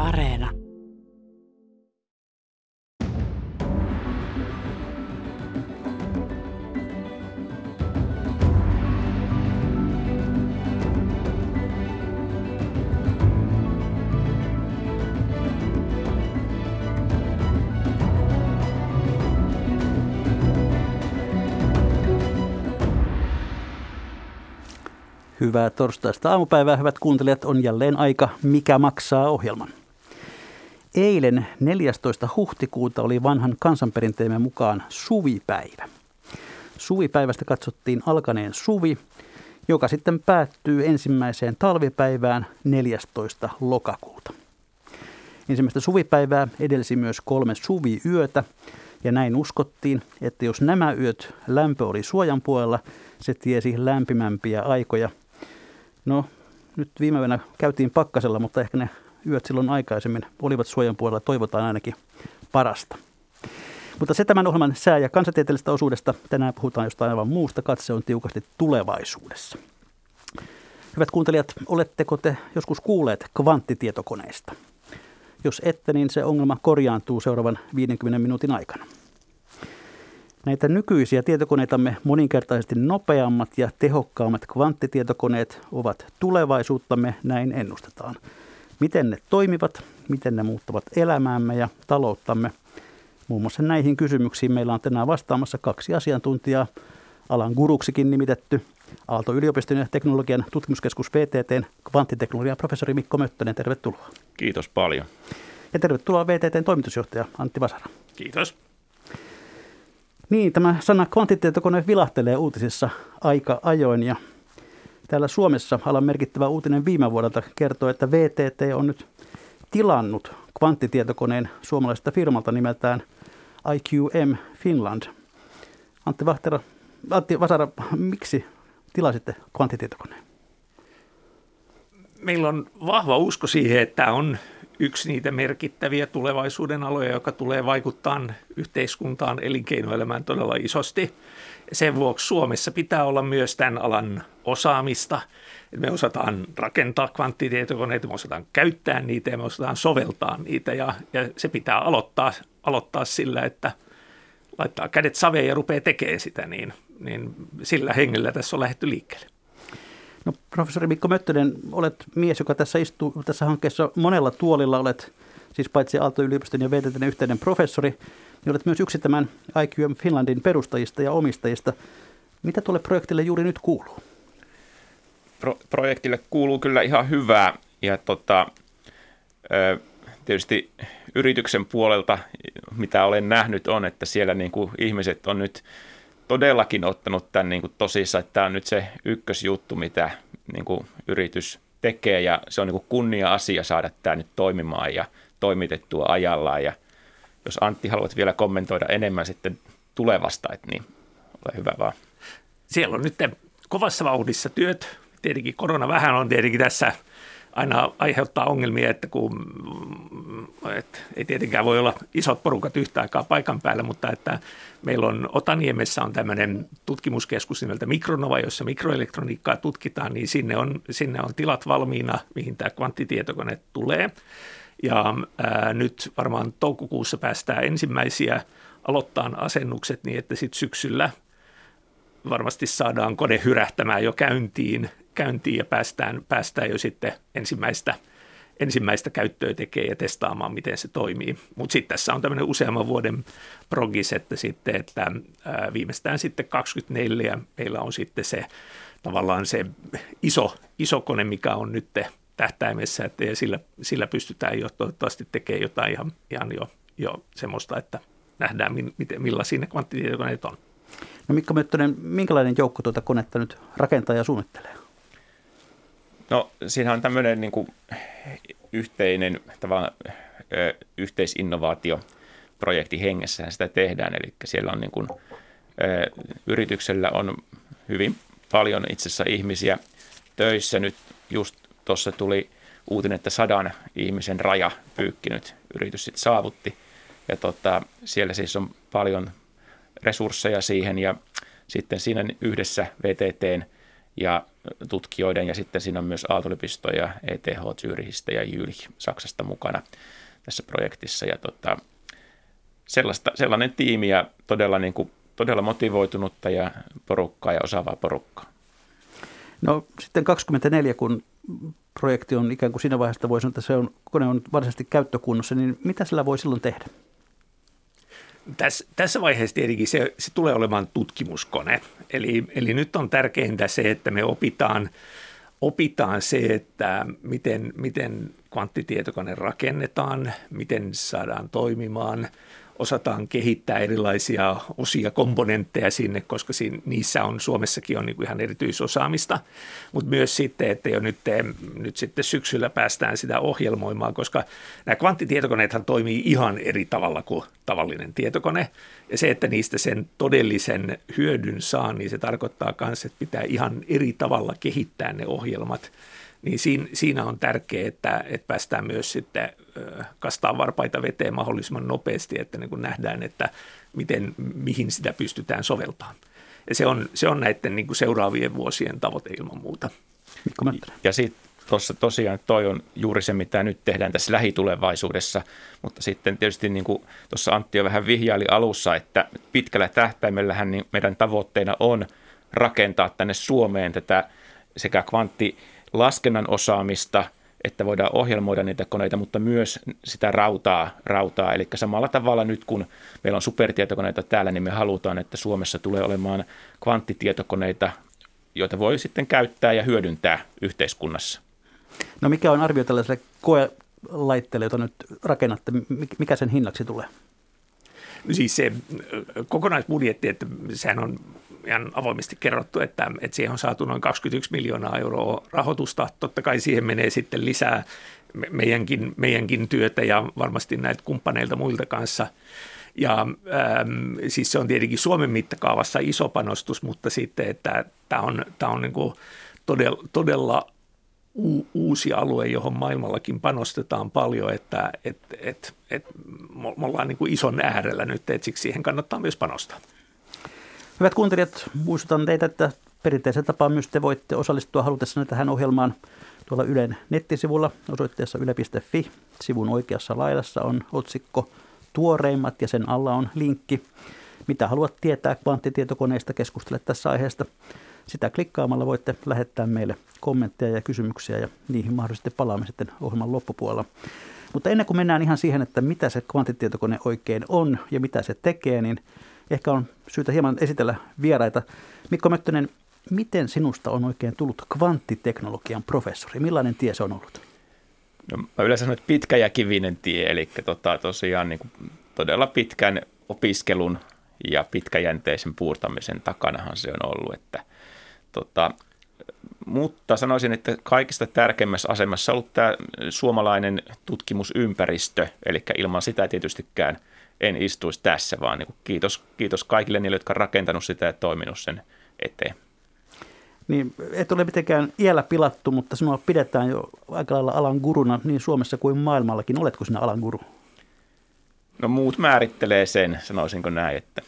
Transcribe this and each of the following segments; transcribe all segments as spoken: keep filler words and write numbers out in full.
Areena. Hyvää torstaista aamupäivää, hyvät kuuntelijat, on jälleen aika Mikä maksaa -ohjelman. Eilen neljästoista huhtikuuta oli vanhan kansanperinteemme mukaan suvipäivä. Suvipäivästä katsottiin alkaneen suvi, joka sitten päättyy ensimmäiseen talvipäivään neljästoista lokakuuta. Ensimmäistä suvipäivää edelsi myös kolme suviyötä, ja näin uskottiin, että jos nämä yöt lämpö oli suojan puolella, se tiesi lämpimämpiä aikoja. No, nyt viime yönä käytiin pakkasella, mutta ehkä ne yöt silloin aikaisemmin olivat suojan puolella, toivotaan ainakin parasta. Mutta se tämän ohjelman sää- ja kansantieteellisestä osuudesta. Tänään puhutaan jostain aivan muusta, katse on tiukasti tulevaisuudessa. Hyvät kuuntelijat, oletteko te joskus kuulleet kvanttitietokoneista? Jos ette, niin se ongelma korjaantuu seuraavan viidenkymmenen minuutin aikana. Näitä nykyisiä tietokoneitamme moninkertaisesti nopeammat ja tehokkaammat kvanttitietokoneet ovat tulevaisuuttamme, näin ennustetaan. Miten ne toimivat, miten ne muuttavat elämäämme ja talouttamme. Muun muassa näihin kysymyksiin meillä on tänään vastaamassa kaksi asiantuntijaa, alan guruksikin nimitetty, Aalto-yliopiston ja teknologian tutkimuskeskus V T T:n kvanttiteknologian professori Mikko Möttönen, tervetuloa. Kiitos paljon. Ja tervetuloa V T T:n toimitusjohtaja Antti Vasara. Kiitos. Niin, tämä sana kvanttitietokone vilahtelee uutisissa aika ajoin, ja täällä Suomessa alan merkittävä uutinen viime vuodelta kertoo, että V T T on nyt tilannut kvanttitietokoneen suomalaisesta firmalta nimeltään I Q M Finland. Antti, Vahtera, Antti Vasara, miksi tilasitte kvanttitietokoneen? Meillä on vahva usko siihen, että tämä on yksi niitä merkittäviä tulevaisuuden aloja, joka tulee vaikuttaa yhteiskuntaan, elinkeinoelämään todella isosti. Sen vuoksi Suomessa pitää olla myös tämän alan osaamista. Me osataan rakentaa kvanttitietokoneita, me osataan käyttää niitä ja me osataan soveltaa niitä. Ja, ja se pitää aloittaa, aloittaa sillä, että laittaa kädet saveen ja rupeaa tekemään sitä, niin, niin sillä hengellä tässä on lähdetty liikkeelle. No, professori Mikko Möttönen, olet mies, joka tässä istuu tässä hankkeessa monella tuolilla. Olet siis paitsi Aalto-yliopiston ja V T T:n yhteinen professori, niin olet myös yksi tämän I Q M Finlandin perustajista ja omistajista. Mitä tuolle projektille juuri nyt kuuluu? Pro- projektille kuuluu kyllä ihan hyvää, ja tota, tietysti yrityksen puolelta, mitä olen nähnyt, on, että siellä niin kuin ihmiset on nyt todellakin ottanut tämän niin kuin tosissaan, että tämä on nyt se ykkösjuttu, mitä niin kuin yritys tekee, ja se on niin kuin kunnia-asia saada tämä nyt toimimaan ja toimitettua ajallaan. Ja jos Antti haluat vielä kommentoida enemmän sitten tulevasta, että niin ole hyvä vaan. Siellä on nyt kovassa vauhdissa työt. Tietenkin korona vähän on tietenkin tässä aina aiheuttaa ongelmia, että kun että ei tietenkään voi olla isot porukat yhtä aikaa paikan päällä, mutta että meillä on Otaniemessä on tämmöinen tutkimuskeskus nimeltä Mikronova, jossa mikroelektroniikkaa tutkitaan, niin sinne on, sinne on tilat valmiina, mihin tämä kvanttitietokone tulee. Ja ää, nyt varmaan toukokuussa päästään ensimmäisiä aloittaan asennukset niin, että sitten syksyllä varmasti saadaan kone hyrähtämään jo käyntiin, käyntiin ja päästään, päästään jo sitten ensimmäistä, ensimmäistä käyttöä tekemään ja testaamaan, miten se toimii. Mutta sitten tässä on tämmöinen useamman vuoden progis, että, sitten, että ää, viimeistään sitten kaksikymmentäneljä meillä on sitten se tavallaan se iso, iso kone, mikä on nyt tähtäimessä, että ja sillä, sillä pystytään jo toivottavasti tekemään jotain ihan, ihan jo, jo semmoista, että nähdään miten, millaisia ne kvanttitietokoneet on. No Mikko Möttönen, minkälainen joukko tuota konetta nyt rakentaa ja suunnittelee? No siinä on tämmöinen niin kuin yhteinen tavallaan ö, yhteisinnovaatioprojekti hengessä sitä tehdään, eli siellä on niin kuin, ö, yrityksellä on hyvin paljon itse asiassa ihmisiä töissä. Nyt just tuossa tuli uutinen, että sadan ihmisen raja pyykkinyt yritys sitten saavutti, ja tota, siellä siis on paljon resursseja siihen, ja sitten siinä yhdessä V T T:n ja tutkijoiden, ja sitten siinä on myös Aalto-yliopisto ja E T H Zürichistä ja Jülich Saksasta mukana tässä projektissa. Ja tota, sellaista, sellainen tiimi ja todella, niin kuin, todella motivoitunutta ja porukkaa ja osaavaa porukkaa. No sitten kaksikymmentäneljä, kun projekti on ikään kuin siinä vaiheessa, voi sanoa, että se on, kone on varsinaisesti käyttökunnossa, niin mitä sillä voi silloin tehdä? Tässä, tässä vaiheessa tietenkin se, se tulee olemaan tutkimuskone. Eli, eli nyt on tärkeintä se, että me opitaan, opitaan se, että miten, miten kvanttitietokone rakennetaan, miten saadaan toimimaan, osataan kehittää erilaisia osia, komponentteja sinne, koska siinä, niissä on Suomessakin on niin kuin ihan erityisosaamista, mutta myös sitten, että jo nyt, nyt sitten syksyllä päästään sitä ohjelmoimaan, koska nämä kvanttitietokoneethan toimii ihan eri tavalla kuin tavallinen tietokone, ja se, että niistä sen todellisen hyödyn saa, niin se tarkoittaa myös, että pitää ihan eri tavalla kehittää ne ohjelmat. Niin siinä, siinä on tärkeää, että, että päästään myös sitten kastaa varpaita veteen mahdollisimman nopeasti, että niin kuin nähdään, että miten, mihin sitä pystytään soveltamaan. Ja se on, se on näiden niin kuin seuraavien vuosien tavoite ilman muuta. Mikko ja sitten tuossa tosiaan toi on juuri se, mitä nyt tehdään tässä lähitulevaisuudessa, mutta sitten tietysti niin kuin tuossa Antti jo vähän vihjaili alussa, että pitkällä tähtäimellähän niin meidän tavoitteena on rakentaa tänne Suomeen tätä sekä kvantti laskennan osaamista, että voidaan ohjelmoida niitä koneita, mutta myös sitä rautaa, rautaa. Eli samalla tavalla nyt, kun meillä on supertietokoneita täällä, niin me halutaan, että Suomessa tulee olemaan kvanttitietokoneita, joita voi sitten käyttää ja hyödyntää yhteiskunnassa. No mikä on arvio tällaiselle koelaitteelle, jota nyt rakennatte? Mikä sen hinnaksi tulee? No siis se kokonaisbudjetti, että sehän on ihan avoimesti kerrottu, että, että siihen on saatu noin kaksikymmentäyksi miljoonaa euroa rahoitusta. Totta kai siihen menee sitten lisää meidänkin, meidänkin työtä ja varmasti näitä kumppaneilta muilta kanssa. Ja ähm, siis se on tietenkin Suomen mittakaavassa iso panostus, mutta sitten, että tämä on, tämä on niin kuin todella, todella u, uusi alue, johon maailmallakin panostetaan paljon, että et, et, et, me ollaan niin kuin ison äärellä nyt, että siksi siihen kannattaa myös panostaa. Hyvät kuuntelijat, muistutan teitä, että perinteisen tapaan myös te voitte osallistua halutessanne tähän ohjelmaan tuolla Ylen nettisivulla osoitteessa yle piste fi. Sivun oikeassa laidassa on otsikko Tuoreimmat ja sen alla on linkki. Mitä haluat tietää kvanttitietokoneista, keskustele tässä aiheesta. Sitä klikkaamalla voitte lähettää meille kommentteja ja kysymyksiä ja niihin mahdollisesti palaamme sitten ohjelman loppupuolella. Mutta ennen kuin mennään ihan siihen, että mitä se kvanttitietokone oikein on ja mitä se tekee, niin ehkä on syytä hieman esitellä vieraita. Mikko Möttönen, miten sinusta on oikein tullut kvanttiteknologian professori? Millainen tie se on ollut? No, mä yleensä sanon, että pitkä ja kivinen tie, eli tota, tosiaan niin kuin todella pitkän opiskelun ja pitkäjänteisen puurtamisen takanahan se on ollut. Että, tota, mutta sanoisin, että kaikista tärkeimmässä asemassa on ollut tämä suomalainen tutkimusympäristö, eli ilman sitä tietystikään en istuisi tässä, vaan niin kuin kiitos, kiitos kaikille niille, jotka on rakentanut sitä ja toiminut sen eteen. Niin, et ole mitenkään iällä pilattu, mutta sinua pidetään jo aika lailla alan guruna niin Suomessa kuin maailmallakin. Oletko sinä alan guru? No muut määrittelee sen, sanoisinko näin. Että.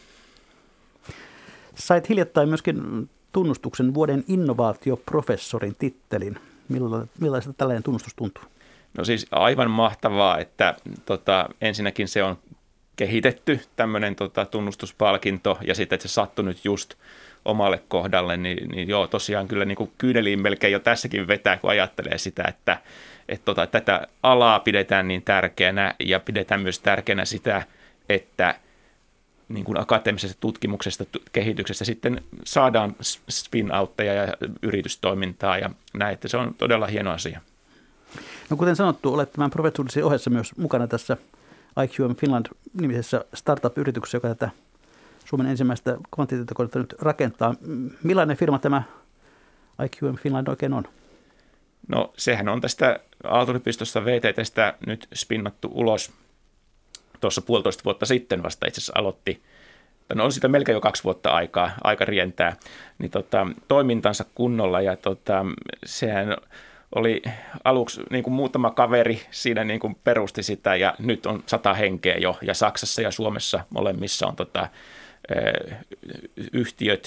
Sait hiljattain myöskin tunnustuksen vuoden innovaatioprofessorin tittelin. Millaista tällainen tunnustus tuntuu? No siis aivan mahtavaa, että tota, ensinnäkin se on kehitetty tämmöinen tota, tunnustuspalkinto ja sitten, että se sattui nyt just omalle kohdalle, niin, niin joo, tosiaan kyllä niin kuin kyyneliin melkein jo tässäkin vetää, kun ajattelee sitä, että et tota, tätä alaa pidetään niin tärkeänä ja pidetään myös tärkeänä sitä, että niin kuin akateemisesta tutkimuksesta, kehityksestä sitten saadaan spin-outteja ja yritystoimintaa ja näin, että se on todella hieno asia. No kuten sanottu, olet tämän professorisi ohessa myös mukana tässä I Q M Finland-nimisessä startup-yrityksessä, joka tätä Suomen ensimmäistä kvanttitietokonetta nyt rakentaa. Millainen firma tämä I Q M Finland oikein on? No sehän on tästä Aalto-yliopistosta V T T:stä nyt spinnattu ulos tuossa puolitoista vuotta sitten vasta itse asiassa aloitti. No on siitä melkein jo kaksi vuotta aikaa, aika rientää, niin tota, toimintansa kunnolla ja tota, sehän oli aluksi niin kuin muutama kaveri siinä niin kuin perusti sitä ja nyt on sata henkeä jo ja Saksassa ja Suomessa molemmissa on tota, yhtiöt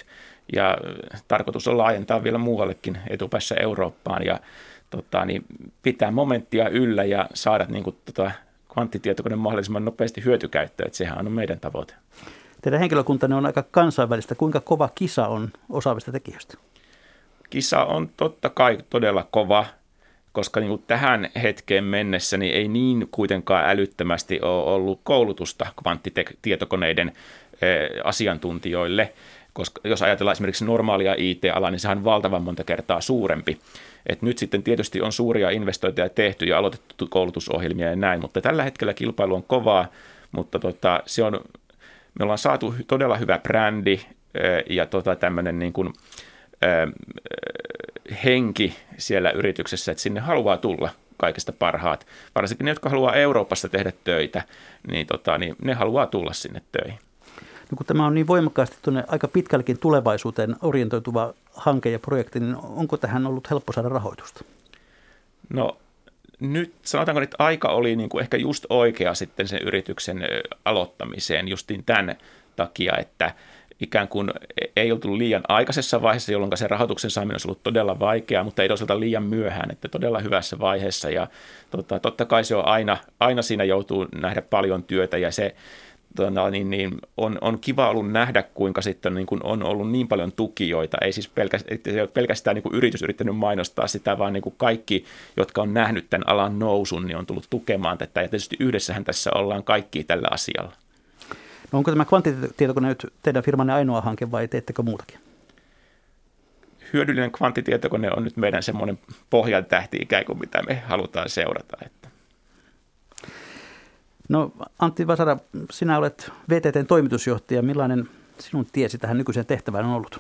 ja tarkoitus on laajentaa vielä muuallekin etupäässä Eurooppaan ja tota, niin pitää momenttia yllä ja saada niin kuin, tota, kvanttitietokone mahdollisimman nopeasti hyötykäyttöön, että sehän on meidän tavoite. Teidän henkilökuntanne on aika kansainvälistä. Kuinka kova kisa on osaavista tekijöistä? Kisa on totta kai todella kova, koska niin kuin tähän hetkeen mennessä niin ei niin kuitenkaan älyttömästi ole ollut koulutusta kvanttitietokoneiden asiantuntijoille, koska jos ajatellaan esimerkiksi normaalia I T-alaa, niin sehän on valtavan monta kertaa suurempi. Et nyt sitten tietysti on suuria investointeja tehty ja aloitettu koulutusohjelmia ja näin, mutta tällä hetkellä kilpailu on kovaa, mutta tota, se on, me ollaan saatu todella hyvä brändi ja tota, tämmöinen niin kuin, äh, henki siellä yrityksessä, että sinne haluaa tulla kaikista parhaat. Varsinkin ne, jotka haluaa Euroopassa tehdä töitä, niin, tota, niin ne haluaa tulla sinne töihin. No, kun tämä on niin voimakkaasti tuonne aika pitkällekin tulevaisuuteen orientoituva hanke ja projekti, niin onko tähän ollut helppo saada rahoitusta? No nyt sanotaanko, että aika oli niin kuin ehkä just oikea sitten sen yrityksen aloittamiseen justiin tämän takia, että ikään kuin ei oltu liian aikaisessa vaiheessa, jolloin se rahoituksen saaminen olisi ollut todella vaikeaa, mutta ei toisaalta liian myöhään, että todella hyvässä vaiheessa. Ja tota, totta kai se on aina, aina siinä joutuu nähdä paljon työtä ja se Tona, niin, niin, on, on kiva ollut nähdä, kuinka sitten niin kuin on ollut niin paljon tukijoita. Ei siis pelkästään, ei ole pelkästään niin kuin yritys yrittänyt mainostaa sitä, vaan niin kuin kaikki, jotka on nähnyt tämän alan nousun, niin on tullut tukemaan tätä. Ja tietysti yhdessähän tässä ollaan kaikki tällä asialla. No onko tämä kvanttitietokone nyt teidän firmanne ainoa hanke vai teettekö muutakin? Hyödyllinen kvanttitietokone on nyt meidän semmoinen pohjantähti ikään kuin, mitä me halutaan seurata. Että. No Antti Vasara, sinä olet V T T:n toimitusjohtaja. Millainen sinun tiesi tähän nykyiseen tehtävään on ollut?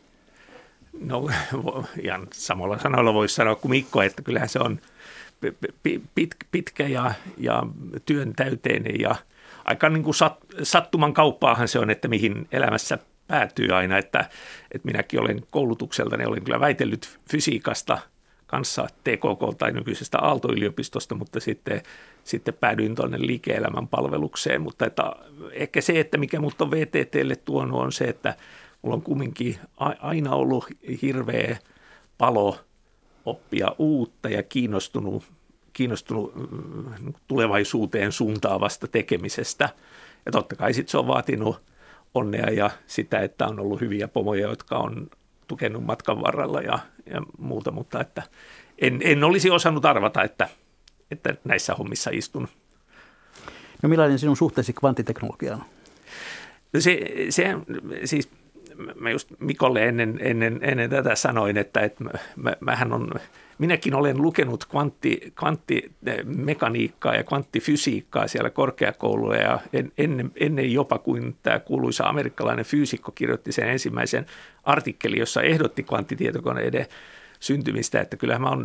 No ihan samalla sanoilla voisi sanoa kuin Mikko, että kyllähän se on pit, pitkä ja, ja työn täyteinen ja aika niin kuin sat, sattuman kauppaahan se on, että mihin elämässä päätyy aina, että, että minäkin olen koulutukseltani, olen kyllä väitellyt fysiikasta kanssa T K K tai nykyisestä Aalto-yliopistosta, mutta sitten, sitten päädyin tuonne liike-elämän palvelukseen, mutta että ehkä se, että mikä mut on V T T:lle tuonut on se, että mulla on kumminkin aina ollut hirveä palo oppia uutta ja kiinnostunut kiinnostunut tulevaisuuteen suuntaavasta tekemisestä. Ja totta kai sitten se on vaatinut onnea ja sitä, että on ollut hyviä pomoja, jotka on tukenut matkan varrella ja, ja muuta, mutta että en, en olisi osannut arvata, että, että näissä hommissa istun. No millainen sinun suhteesi kvanttiteknologiaan on? No se, se siis mä just Mikolle ennen, ennen, ennen tätä sanoin, että, että mä, mähän on, minäkin olen lukenut kvantti, kvanttimekaniikkaa ja kvanttifysiikkaa siellä korkeakoululla ja en, ennen, ennen jopa kuin tämä kuuluisa amerikkalainen fyysikko kirjoitti sen ensimmäisen artikkelin, jossa ehdotti kvanttitietokoneiden syntymistä, että kyllähän mä oon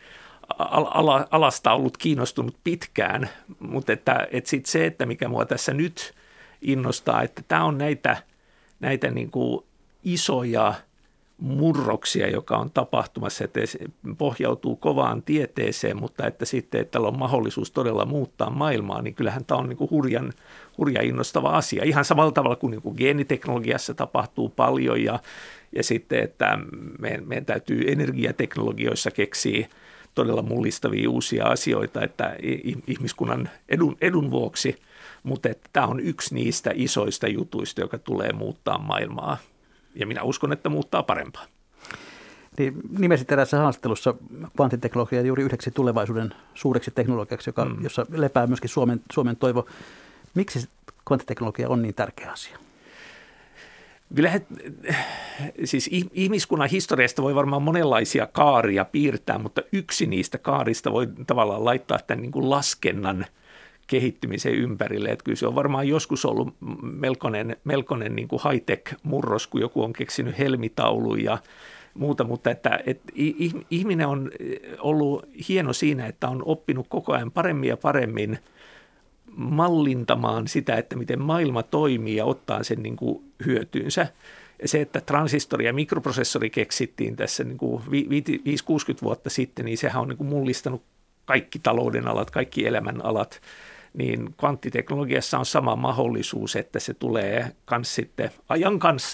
ala, alasta ollut kiinnostunut pitkään, mutta että, että sit se, että mikä mua tässä nyt innostaa, että tämä on näitä näitä niin kuin isoja murroksia, joka on tapahtumassa, että se pohjautuu kovaan tieteeseen, mutta että sitten, että tällä on mahdollisuus todella muuttaa maailmaa, niin kyllähän tämä on niin kuin hurjan, hurja innostava asia. Ihan samalla tavalla kuin, niin kuin geeniteknologiassa tapahtuu paljon ja, ja sitten, että meidän, meidän täytyy energiateknologioissa keksiä todella mullistavia uusia asioita, että ihmiskunnan edun, edun vuoksi, mutta että tämä on yksi niistä isoista jutuista, joka tulee muuttaa maailmaa. Ja minä uskon, että muuttaa parempaa. Niin, nimesit eräässä haastattelussa kvanttiteknologiaa juuri yhdeksi tulevaisuuden suureksi teknologiaksi, joka, mm. jossa lepää myöskin Suomen, Suomen toivo. Miksi kvanttiteknologia on niin tärkeä asia? Kyllähän, siis ihmiskunnan historiasta voi varmaan monenlaisia kaaria piirtää, mutta yksi niistä kaarista voi tavallaan laittaa tämän niin kuin laskennan kehittymisen ympärille. Että kyllä se on varmaan joskus ollut melkoinen, melkoinen niin kuin high-tech-murros, kun joku on keksinyt helmitaulun ja muuta, mutta että, että ihminen on ollut hieno siinä, että on oppinut koko ajan paremmin ja paremmin mallintamaan sitä, että miten maailma toimii ja ottaa sen niin kuin hyötyynsä. Ja se, että transistori ja mikroprosessori keksittiin tässä niin kuin viisi kuusikymmentä vuotta sitten, niin sehän on niin kuin mullistanut kaikki talouden alat, kaikki elämän alat. Niin kvanttiteknologiassa on sama mahdollisuus, että se tulee kans sitten ajan kanssa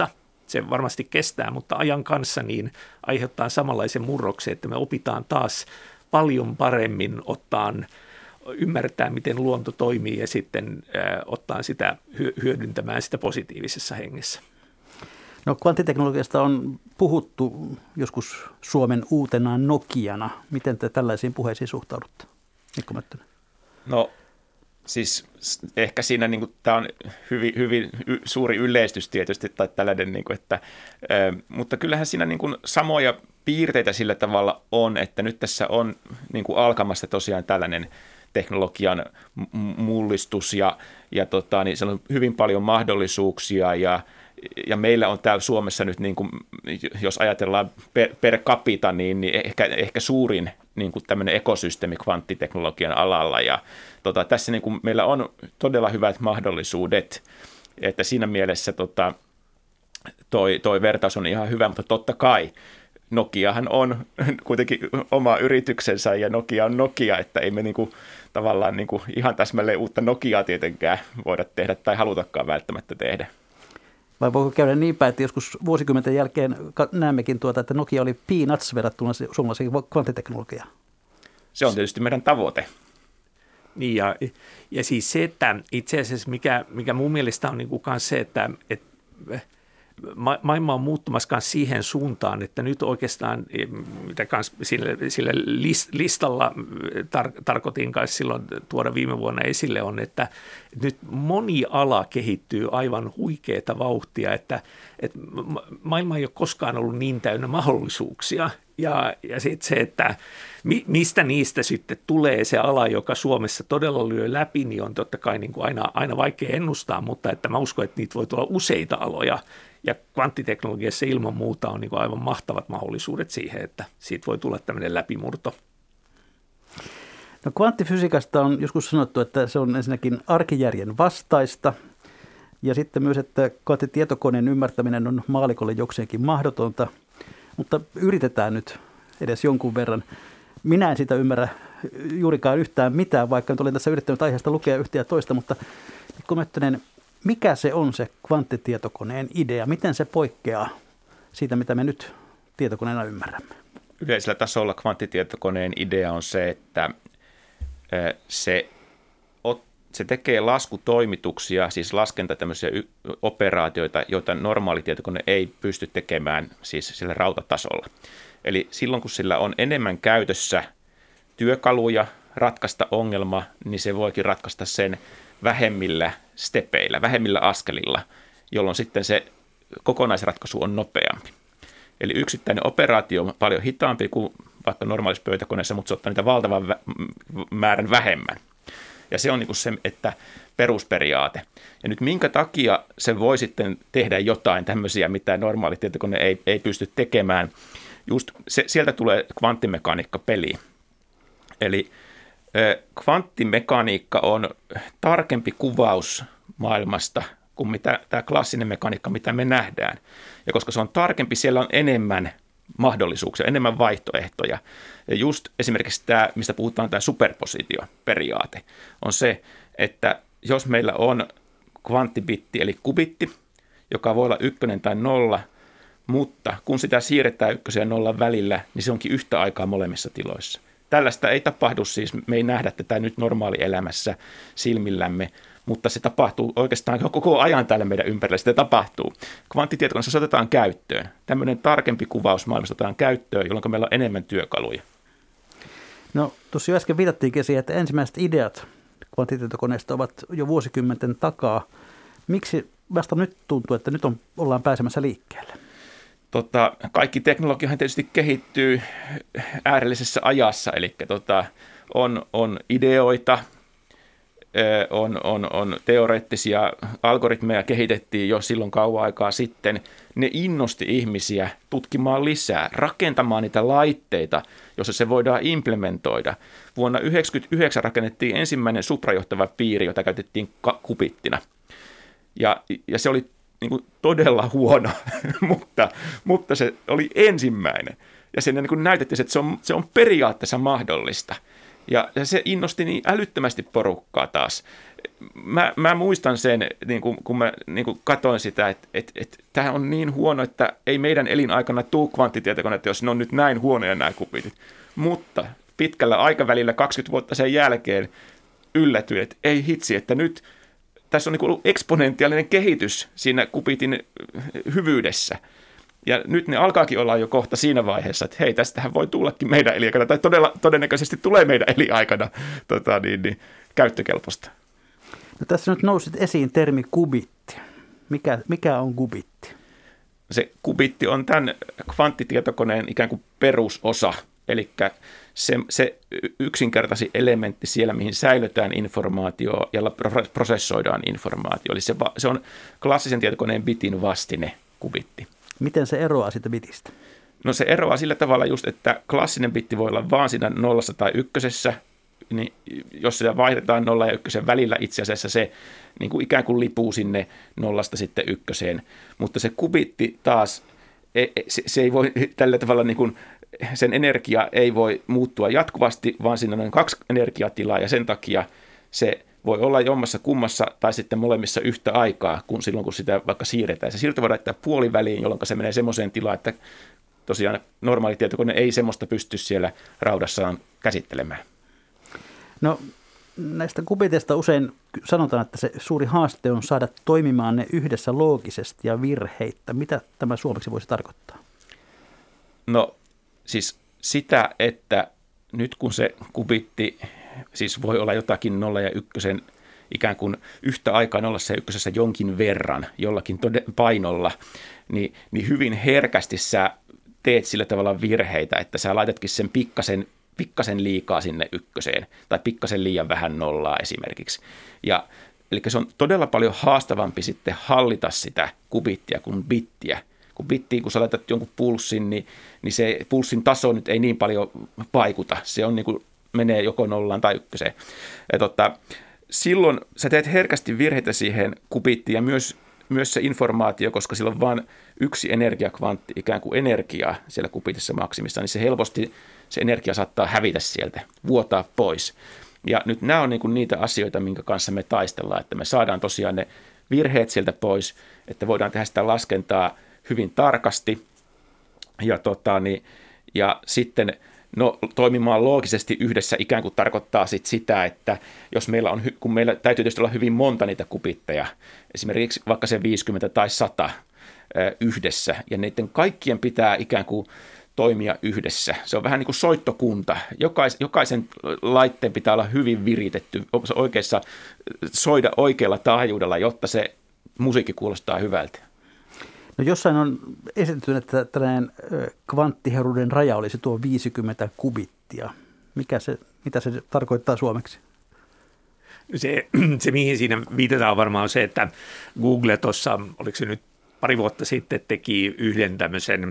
se varmasti kestää, mutta ajan kanssa niin aiheuttaa samanlaisen murroksen, että me opitaan taas paljon paremmin ottaan, ymmärtää, miten luonto toimii ja sitten äh, ottaa sitä hyödyntämään sitä positiivisessa hengessä. No kvanttiteknologiasta on puhuttu joskus Suomen uutena Nokiana. Miten te tällaisiin puheisiin suhtaudutte, Mikko Möttönen? No siis ehkä siinä niin kuin, tämä on hyvin, hyvin y, suuri yleistys tietysti tai tällainen, niin kuin, että, ö, mutta kyllähän siinä niin kuin, samoja piirteitä sillä tavalla on, että nyt tässä on niin kuin, alkamassa tosiaan tällainen teknologian mullistus ja, ja tota, niin siellä on hyvin paljon mahdollisuuksia ja Ja meillä on täällä Suomessa nyt, niin kuin, jos ajatellaan per, per capita, niin, niin ehkä, ehkä suurin niin kuin tämmöinen ekosysteemi kvanttiteknologian alalla. Ja tota, tässä niin kuin meillä on todella hyvät mahdollisuudet, että siinä mielessä tota, toi, toi vertaus on ihan hyvä, mutta totta kai Nokiahan on kuitenkin oma yrityksensä ja Nokia on Nokia, että ei me niin kuin, tavallaan niin kuin ihan täsmälleen uutta Nokiaa tietenkään voida tehdä tai halutakaan välttämättä tehdä. Vai voiko käydä niin päin, että joskus vuosikymmenten jälkeen näemmekin, tuota, että Nokia oli peanuts verrattuna suomalaiseen kvanttiteknologiaan? Se on tietysti meidän tavoite. Niin ja, ja siis se, että itse asiassa mikä, mikä mun mielestä on niin kuin se, että, että maailma on muuttumassa myös siihen suuntaan, että nyt oikeastaan, mitä kans sillä, sillä listalla tar, tarkoitin kanssa silloin tuoda viime vuonna esille, on, että nyt moni ala kehittyy aivan huikeata vauhtia, että, että maailma ei ole koskaan ollut niin täynnä mahdollisuuksia. Ja, ja sitten se, että mi, mistä niistä sitten tulee se ala, joka Suomessa todella lyö läpi, niin on totta kai niin kuin aina, aina vaikea ennustaa, mutta että mä uskon, että niitä voi tulla useita aloja. Ja kvanttiteknologiassa ilman muuta on niin kuin aivan mahtavat mahdollisuudet siihen, että siitä voi tulla tämmöinen läpimurto. No kvanttifysiikasta on joskus sanottu, että se on ensinnäkin arkijärjen vastaista. Ja sitten myös, että kvanttitietokoneen ymmärtäminen on maalikolle jokseenkin mahdotonta. Mutta yritetään nyt edes jonkun verran. Minä en sitä ymmärrä juurikaan yhtään mitään, vaikka nyt olen tässä yrittänyt aiheesta lukea yhtä ja toista, mutta Mikko Möttönen, mikä se on se kvanttitietokoneen idea? Miten se poikkeaa siitä, mitä me nyt tietokoneena ymmärrämme? Yleisellä tasolla kvanttitietokoneen idea on se, että se, se tekee laskutoimituksia, siis laskenta tämmöisiä operaatioita, joita normaali tietokone ei pysty tekemään siis sillä rautatasolla. Eli silloin, kun sillä on enemmän käytössä työkaluja ratkaista ongelma, niin se voikin ratkaista sen vähemmillä stepeillä, vähemmillä askelilla, jolloin sitten se kokonaisratkaisu on nopeampi. Eli yksittäinen operaatio on paljon hitaampi kuin vaikka normaalissa pöytäkoneessa, mutta se ottaa niitä valtavan määrän vähemmän. Ja se on niin kuin se, että perusperiaate. Ja nyt minkä takia se voi sitten tehdä jotain tämmöisiä, mitä normaali tietokone ei, ei pysty tekemään. Just se, sieltä tulee kvanttimekaniikka peliin. Eli kvanttimekaniikka on tarkempi kuvaus maailmasta kuin mitä tämä klassinen mekaniikka, mitä me nähdään. Ja koska se on tarkempi, siellä on enemmän mahdollisuuksia, enemmän vaihtoehtoja. Ja just esimerkiksi tämä, mistä puhutaan, tämä superpositioperiaate, on se, että jos meillä on kvanttibitti eli kubitti, joka voi olla ykkönen tai nolla, mutta kun sitä siirretään ykkösen ja nollan välillä, niin se onkin yhtä aikaa molemmissa tiloissa. Tällaista ei tapahdu siis, me ei nähdä tätä nyt normaalielämässä silmillämme, mutta se tapahtuu oikeastaan koko ajan täällä meidän ympärillä, sitä tapahtuu. Kvanttitietokoneessa se otetaan käyttöön. Tämmöinen tarkempi kuvaus maailmasta otetaan käyttöön, jolloin meillä on enemmän työkaluja. No tuossa jo äsken viitattiinkin siihen, että ensimmäiset ideat kvanttitietokoneesta ovat jo vuosikymmenten takaa. Miksi vasta nyt tuntuu, että nyt on, ollaan pääsemässä liikkeelle? Tota, kaikki teknologiahan tietysti kehittyy äärellisessä ajassa, eli tota, on, on ideoita, on, on, on teoreettisia algoritmeja kehitettiin jo silloin kauan aikaa sitten. Ne innosti ihmisiä tutkimaan lisää, rakentamaan niitä laitteita, joissa se voidaan implementoida. Vuonna yhdeksänkymmentäyhdeksän rakennettiin ensimmäinen suprajohtava piiri, jota käytettiin kubittina. Ja, ja se oli niin kuin todella huono, mutta, mutta se oli ensimmäinen. Ja sen niin kuin näytettiin, että se on, se on periaatteessa mahdollista. Ja se innosti niin älyttömästi porukkaa taas. Mä, mä muistan sen, niin kun, kun mä niin kun katsoin sitä, että et, et, tämä on niin huono, että ei meidän elinaikana tule kvanttitietokoneita, jos ne on nyt näin huonoja nämä kubitit. Mutta pitkällä aikavälillä kaksikymmentä vuotta sen jälkeen yllätyin, että ei hitsi, että nyt tässä on niin ollut eksponentiaalinen kehitys siinä kubitin hyvyydessä. Ja nyt ne alkaakin olla jo kohta siinä vaiheessa, että hei, tästähän voi tullakin meidän elinaikana, tai todella, todennäköisesti tulee meidän elinaikana tota, niin, niin, käyttökelpoista. No, tässä nyt nousit esiin termi kubitti. Mikä, mikä on kubitti? Se kubitti on tämän kvanttitietokoneen ikään kuin perusosa, eli se, se yksinkertaisin elementti siellä, mihin säilytään informaatio ja prosessoidaan informaatio. Eli se, se on klassisen tietokoneen bitin vastine, kubitti. Miten se eroaa siitä bitistä? No se eroaa sillä tavalla just, että klassinen bitti voi olla vaan siinä nollassa tai ykkösessä, niin jos sitä vaihdetaan nolla ja ykkösen välillä, itse asiassa se niin kuin ikään kuin lipuu sinne nollasta sitten ykköseen. Mutta se kubitti taas, se, se ei voi tällä tavalla, niin kuin, sen energia ei voi muuttua jatkuvasti, vaan siinä on noin kaksi energiatilaa ja sen takia se voi olla jommassa kummassa tai sitten molemmissa yhtä aikaa, kun silloin kun sitä vaikka siirretään. Se siirto voidaan laittaa puoliväliin, jolloin se menee semmoiseen tilaan, että tosiaan normaali tietokone ei semmoista pysty siellä raudassaan käsittelemään. No näistä kubiteista usein sanotaan, että se suuri haaste on saada toimimaan ne yhdessä loogisesti ja virheittä. Mitä tämä suomeksi voisi tarkoittaa? No siis sitä, että nyt kun se kubitti siis voi olla jotakin nolla ja ykkösen ikään kuin yhtä aikaa nollassa ja ykkösessä jonkin verran, jollakin tode- painolla, niin, niin hyvin herkästi sä teet sillä tavalla virheitä, että sä laitatkin sen pikkasen, pikkasen liikaa sinne ykköseen tai pikkasen liian vähän nollaa esimerkiksi. Ja, eli se on todella paljon haastavampi sitten hallita sitä kubittia kuin bittiä. Kun bittiin, kun sä laitat jonkun pulssin, niin, niin se pulssin taso nyt ei niin paljon vaikuta. Se on niin kuin menee joko nollaan tai ykköseen. Ja tota, silloin sä teet herkästi virheitä siihen kubittiin ja myös, myös se informaatio, koska sillä on vain yksi energiakvantti, ikään kuin energiaa siellä kubitissa maksimissa, niin se helposti se energia saattaa hävitä sieltä, vuotaa pois. Ja nyt nämä on niin kuin niitä asioita, minkä kanssa me taistellaan, että me saadaan tosiaan ne virheet sieltä pois, että voidaan tehdä sitä laskentaa hyvin tarkasti ja, tota, niin, ja sitten no, toimimaan loogisesti yhdessä ikään kuin tarkoittaa sit sitä, että jos meillä on, kun meillä täytyy tietysti olla hyvin monta niitä kubitteja, esimerkiksi vaikka se viisikymmentä tai sata yhdessä, ja niiden kaikkien pitää ikään kuin toimia yhdessä. Se on vähän niin kuin soittokunta. Jokais, jokaisen laitteen pitää olla hyvin viritetty, oikeassa soida oikealla taajuudella, jotta se musiikki kuulostaa hyvältä. No jossain on esitetty, että tällainen kvanttiherruuden raja olisi tuo viisikymmentä kubittia. Mikä se, mitä se tarkoittaa suomeksi? Se, se, mihin siinä viitataan varmaan on se, että Google tuossa, oliko se nyt pari vuotta sitten, teki yhden tämmöisen,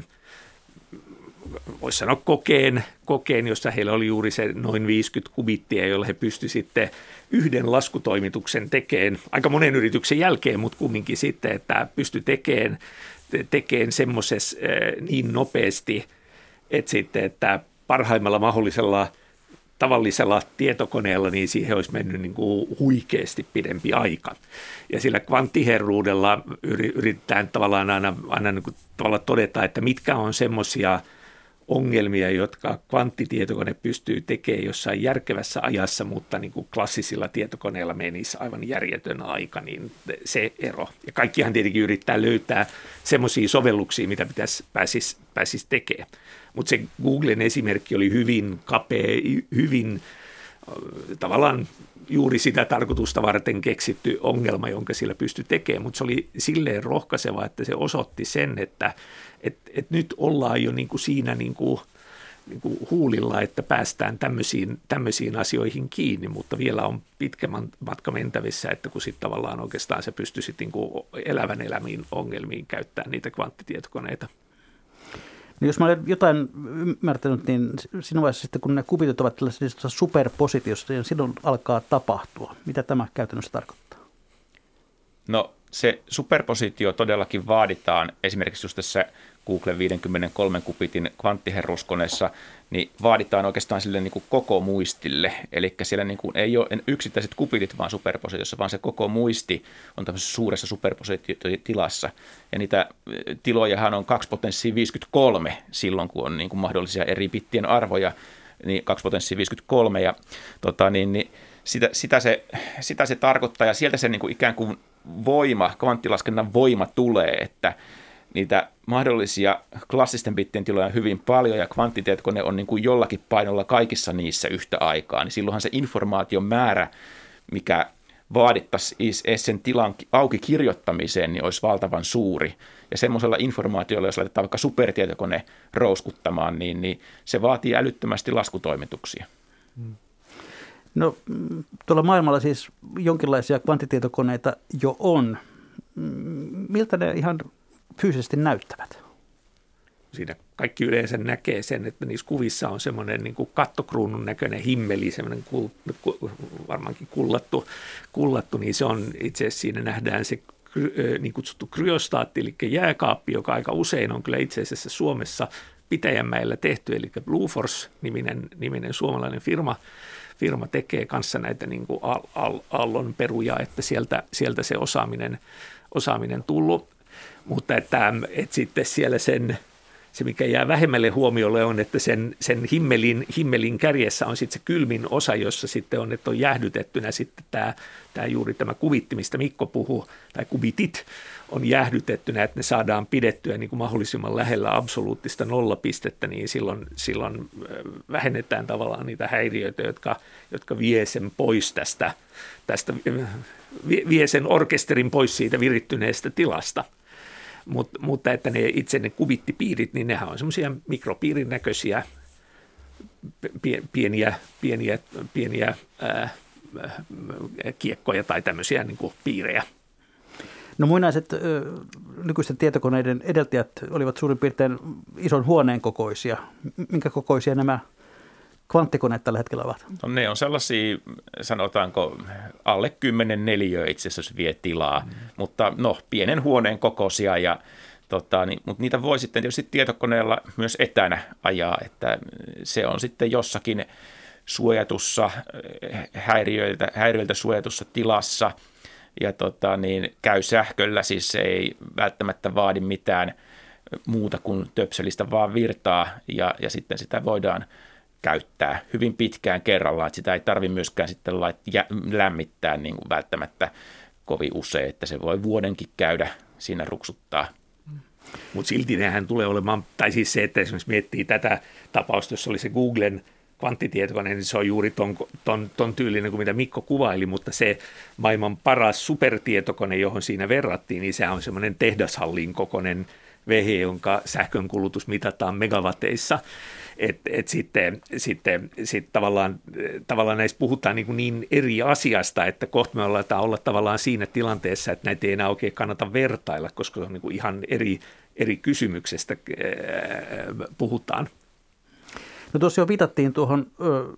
voisi sanoa kokeen, kokeen, jossa heillä oli juuri se noin viisikymmentä kubittia, jolla he pystyivät sitten yhden laskutoimituksen tekemään, aika monen yrityksen jälkeen, mutta kumminkin sitten, että pystyi tekemään, tekemään semmoisessa niin nopeasti, että sitten, että parhaimmalla mahdollisella tavallisella tietokoneella, niin siihen olisi mennyt niin kuin huikeasti pidempi aika. Ja sillä kvanttiherruudella yritetään tavallaan aina, aina niin kuin tavallaan todeta, että mitkä on semmoisia ongelmia, jotka kvanttitietokone pystyy tekemään jossain järkevässä ajassa, mutta niin kuin klassisilla tietokoneilla menisi aivan järjetön aika, niin se ero. Ja kaikkihan tietenkin yrittää löytää semmoisia sovelluksia, mitä pitäisi pääsisi, pääsisi tekemään. Mutta se Googlen esimerkki oli hyvin kapea, hyvin tavallaan juuri sitä tarkoitusta varten keksitty ongelma, jonka sillä pystyi tekemään, mutta se oli silleen rohkaiseva, että se osoitti sen, että et, et nyt ollaan jo niin kuin siinä niin kuin, niin kuin huulilla, että päästään tämmöisiin, tämmöisiin asioihin kiinni, mutta vielä on pitkä matka mentävissä, että kun sitten tavallaan oikeastaan se pystyisit niin kuin elävän elämiin ongelmiin käyttämään niitä kvanttitietokoneita. No jos mä olen jotain ymmärtänyt, niin siinä vaiheessa sitten, kun ne kubitit ovat tällaisessa superpositiossa, niin silloin alkaa tapahtua. Mitä tämä käytännössä tarkoittaa? No se superpositio todellakin vaaditaan esimerkiksi just tässä Google viisikymmentäkolme kubitin kvanttiherruuskoneessa, niin vaaditaan oikeastaan sille niin kuin koko muistille. Eli siellä niin kuin ei ole yksittäiset kubitit vaan superpositiossa, vaan se koko muisti on tämmöisessä suuressa superpositiotilassa. Ja niitä tilojahan on kaksi potenssiin viisikymmentäkolme silloin, kun on niin kuin mahdollisia eri bittien arvoja, niin kaksi potenssiin viisikymmentäkolme. Ja tota, niin, niin sitä, sitä, se, sitä se tarkoittaa, ja sieltä se niin kuin ikään kuin voima, kvanttilaskennan voima tulee, että niitä mahdollisia klassisten bittien tiloja on hyvin paljon, ja kvanttitietokone on niin kuin jollakin painolla kaikissa niissä yhtä aikaa, niin silloinhan se informaation määrä, mikä vaadittaisiin sen tilan auki kirjoittamiseen, niin olisi valtavan suuri. Ja semmoisella informaatiolla, jos laitetaan vaikka supertietokone rouskuttamaan, niin, niin se vaatii älyttömästi laskutoimituksia. No tuolla maailmalla siis jonkinlaisia kvanttitietokoneita jo on. Miltä ne ihan fyysisesti näyttävät? Siinä kaikki yleensä näkee sen, että niissä kuvissa on semmoinen niin kuin kattokruunun näköinen himmeli, semmoinen kul, varmaankin kullattu, kullattu, niin se on itse asiassa siinä nähdään se niin kutsuttu kryostaatti, eli jääkaappi, joka aika usein on kyllä itse asiassa Suomessa Pitäjänmäellä tehty, eli Blueforce-niminen niminen suomalainen firma, firma tekee kanssa näitä niin kuin aallon peruja, että sieltä, sieltä se osaaminen, osaaminen tullut. Mutta että, että sitten siellä sen, se, mikä jää vähemmälle huomiolle, on, että sen, sen himmelin, himmelin kärjessä on sitten se kylmin osa, jossa sitten on, että on jäähdytettynä sitten tämä, tämä juuri tämä kubitti, mistä Mikko puhuu, tai kubitit on jäähdytettynä, että ne saadaan pidettyä niin kuin mahdollisimman lähellä absoluuttista nollapistettä, niin silloin, silloin vähennetään tavallaan niitä häiriöitä, jotka, jotka vie sen pois tästä, tästä vie sen orkesterin pois siitä virittyneestä tilasta. Mut, mutta että ne itse ne kubittipiirit, niin nehän on semmoisia mikropiirin näköisiä pieniä, pieniä, pieniä ää, kiekkoja tai tämmöisiä niin kuin piirejä. No muinaiset ö, nykyisten tietokoneiden edeltäjät olivat suurin piirtein ison huoneen kokoisia. Minkä kokoisia nämä kvanttikoneet tällä hetkellä ovat? No ne on sellaisia, sanotaanko, alle kymmenen neliöä itse asiassa vie tilaa, mm. mutta no pienen huoneen kokoisia, ja, tota, niin, mutta niitä voi sitten tietysti tietokoneella myös etänä ajaa, että se on sitten jossakin suojatussa, häiriöiltä, häiriöiltä suojatussa tilassa, ja tota, niin käy sähköllä, siis se ei välttämättä vaadi mitään muuta kuin töpselistä vaan virtaa, ja, ja sitten sitä voidaan käyttää hyvin pitkään kerrallaan, että sitä ei tarvitse myöskään sitten lait, jä, lämmittää niin kuin välttämättä kovin usein, että se voi vuodenkin käydä siinä ruksuttaa. Mutta silti nehän tulee olemaan, tai siis se, että esimerkiksi miettii tätä tapausta, jossa oli se Googlen kvanttitietokone, niin se on juuri ton, ton, ton tyylinen kuin mitä Mikko kuvaili, mutta se maailman paras supertietokone, johon siinä verrattiin, niin se on semmoinen tehdashallin kokoinen vehe, jonka sähkönkulutus mitataan megawateissa. Että et sitten, sitten sit tavallaan, tavallaan näistä puhutaan niin, niin eri asiasta, että kohta me ollaan olla tavallaan siinä tilanteessa, että näitä ei enää oikein kannata vertailla, koska on niin ihan eri, eri kysymyksestä puhutaan. No tuossa jo viitattiin tuohon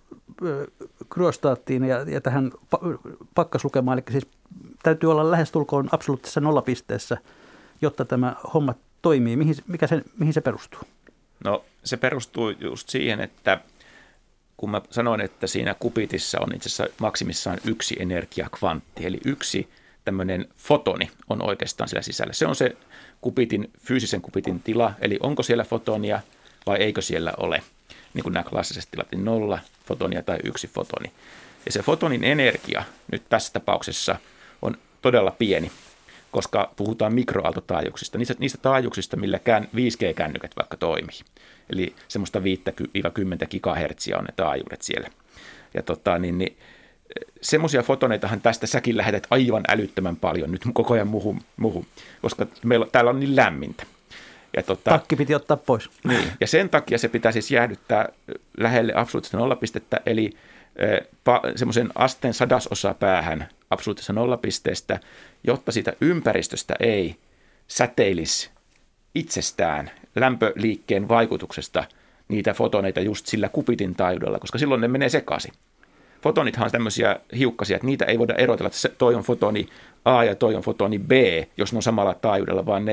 kryostaattiin ja, ja tähän pakkaslukemaan, eli siis täytyy olla lähestulkoon absoluuttisessa nollapisteessä, jotta tämä homma toimii. Mihin, mikä se, mihin se perustuu? No se perustuu just siihen, että kun mä sanoin, että siinä kubitissa on itse asiassa maksimissaan yksi energiakvantti, eli yksi tämmöinen fotoni on oikeastaan siellä sisällä. Se on se kubitin, fyysisen kubitin tila, eli onko siellä fotonia vai eikö siellä ole, niin kuin nämä klassiset tilat, niin nolla fotonia tai yksi fotoni. Ja se fotonin energia nyt tässä tapauksessa on todella pieni, koska puhutaan mikroaaltotaajuuksista, niistä, niistä taajuuksista, millä viisi G-kännykät vaikka toimii. Eli semmoista viisi kymmenen gigahertsiä on ne taajuudet siellä. Ja tota, niin, niin, semmoisia fotoneitahan tästä säkin lähetät aivan älyttömän paljon nyt koko ajan muhun, muhun koska meillä, täällä on niin lämmintä. Ja tota, takki piti ottaa pois. Niin, ja sen takia se pitää siis jäähdyttää lähelle absoluuttista nollapistettä, eli semmoisen asteen sadasosa päähän absoluuttisesta nollapisteestä, jotta siitä ympäristöstä ei säteilisi itsestään lämpöliikkeen vaikutuksesta niitä fotoneita just sillä kubitin taajuudella, koska silloin ne menee sekaisin. Fotonithan on tämmöisiä hiukkasia, että niitä ei voida erotella, että toi on fotoni A ja toi on fotoni B, jos ne on samalla taajuudella, vaan ne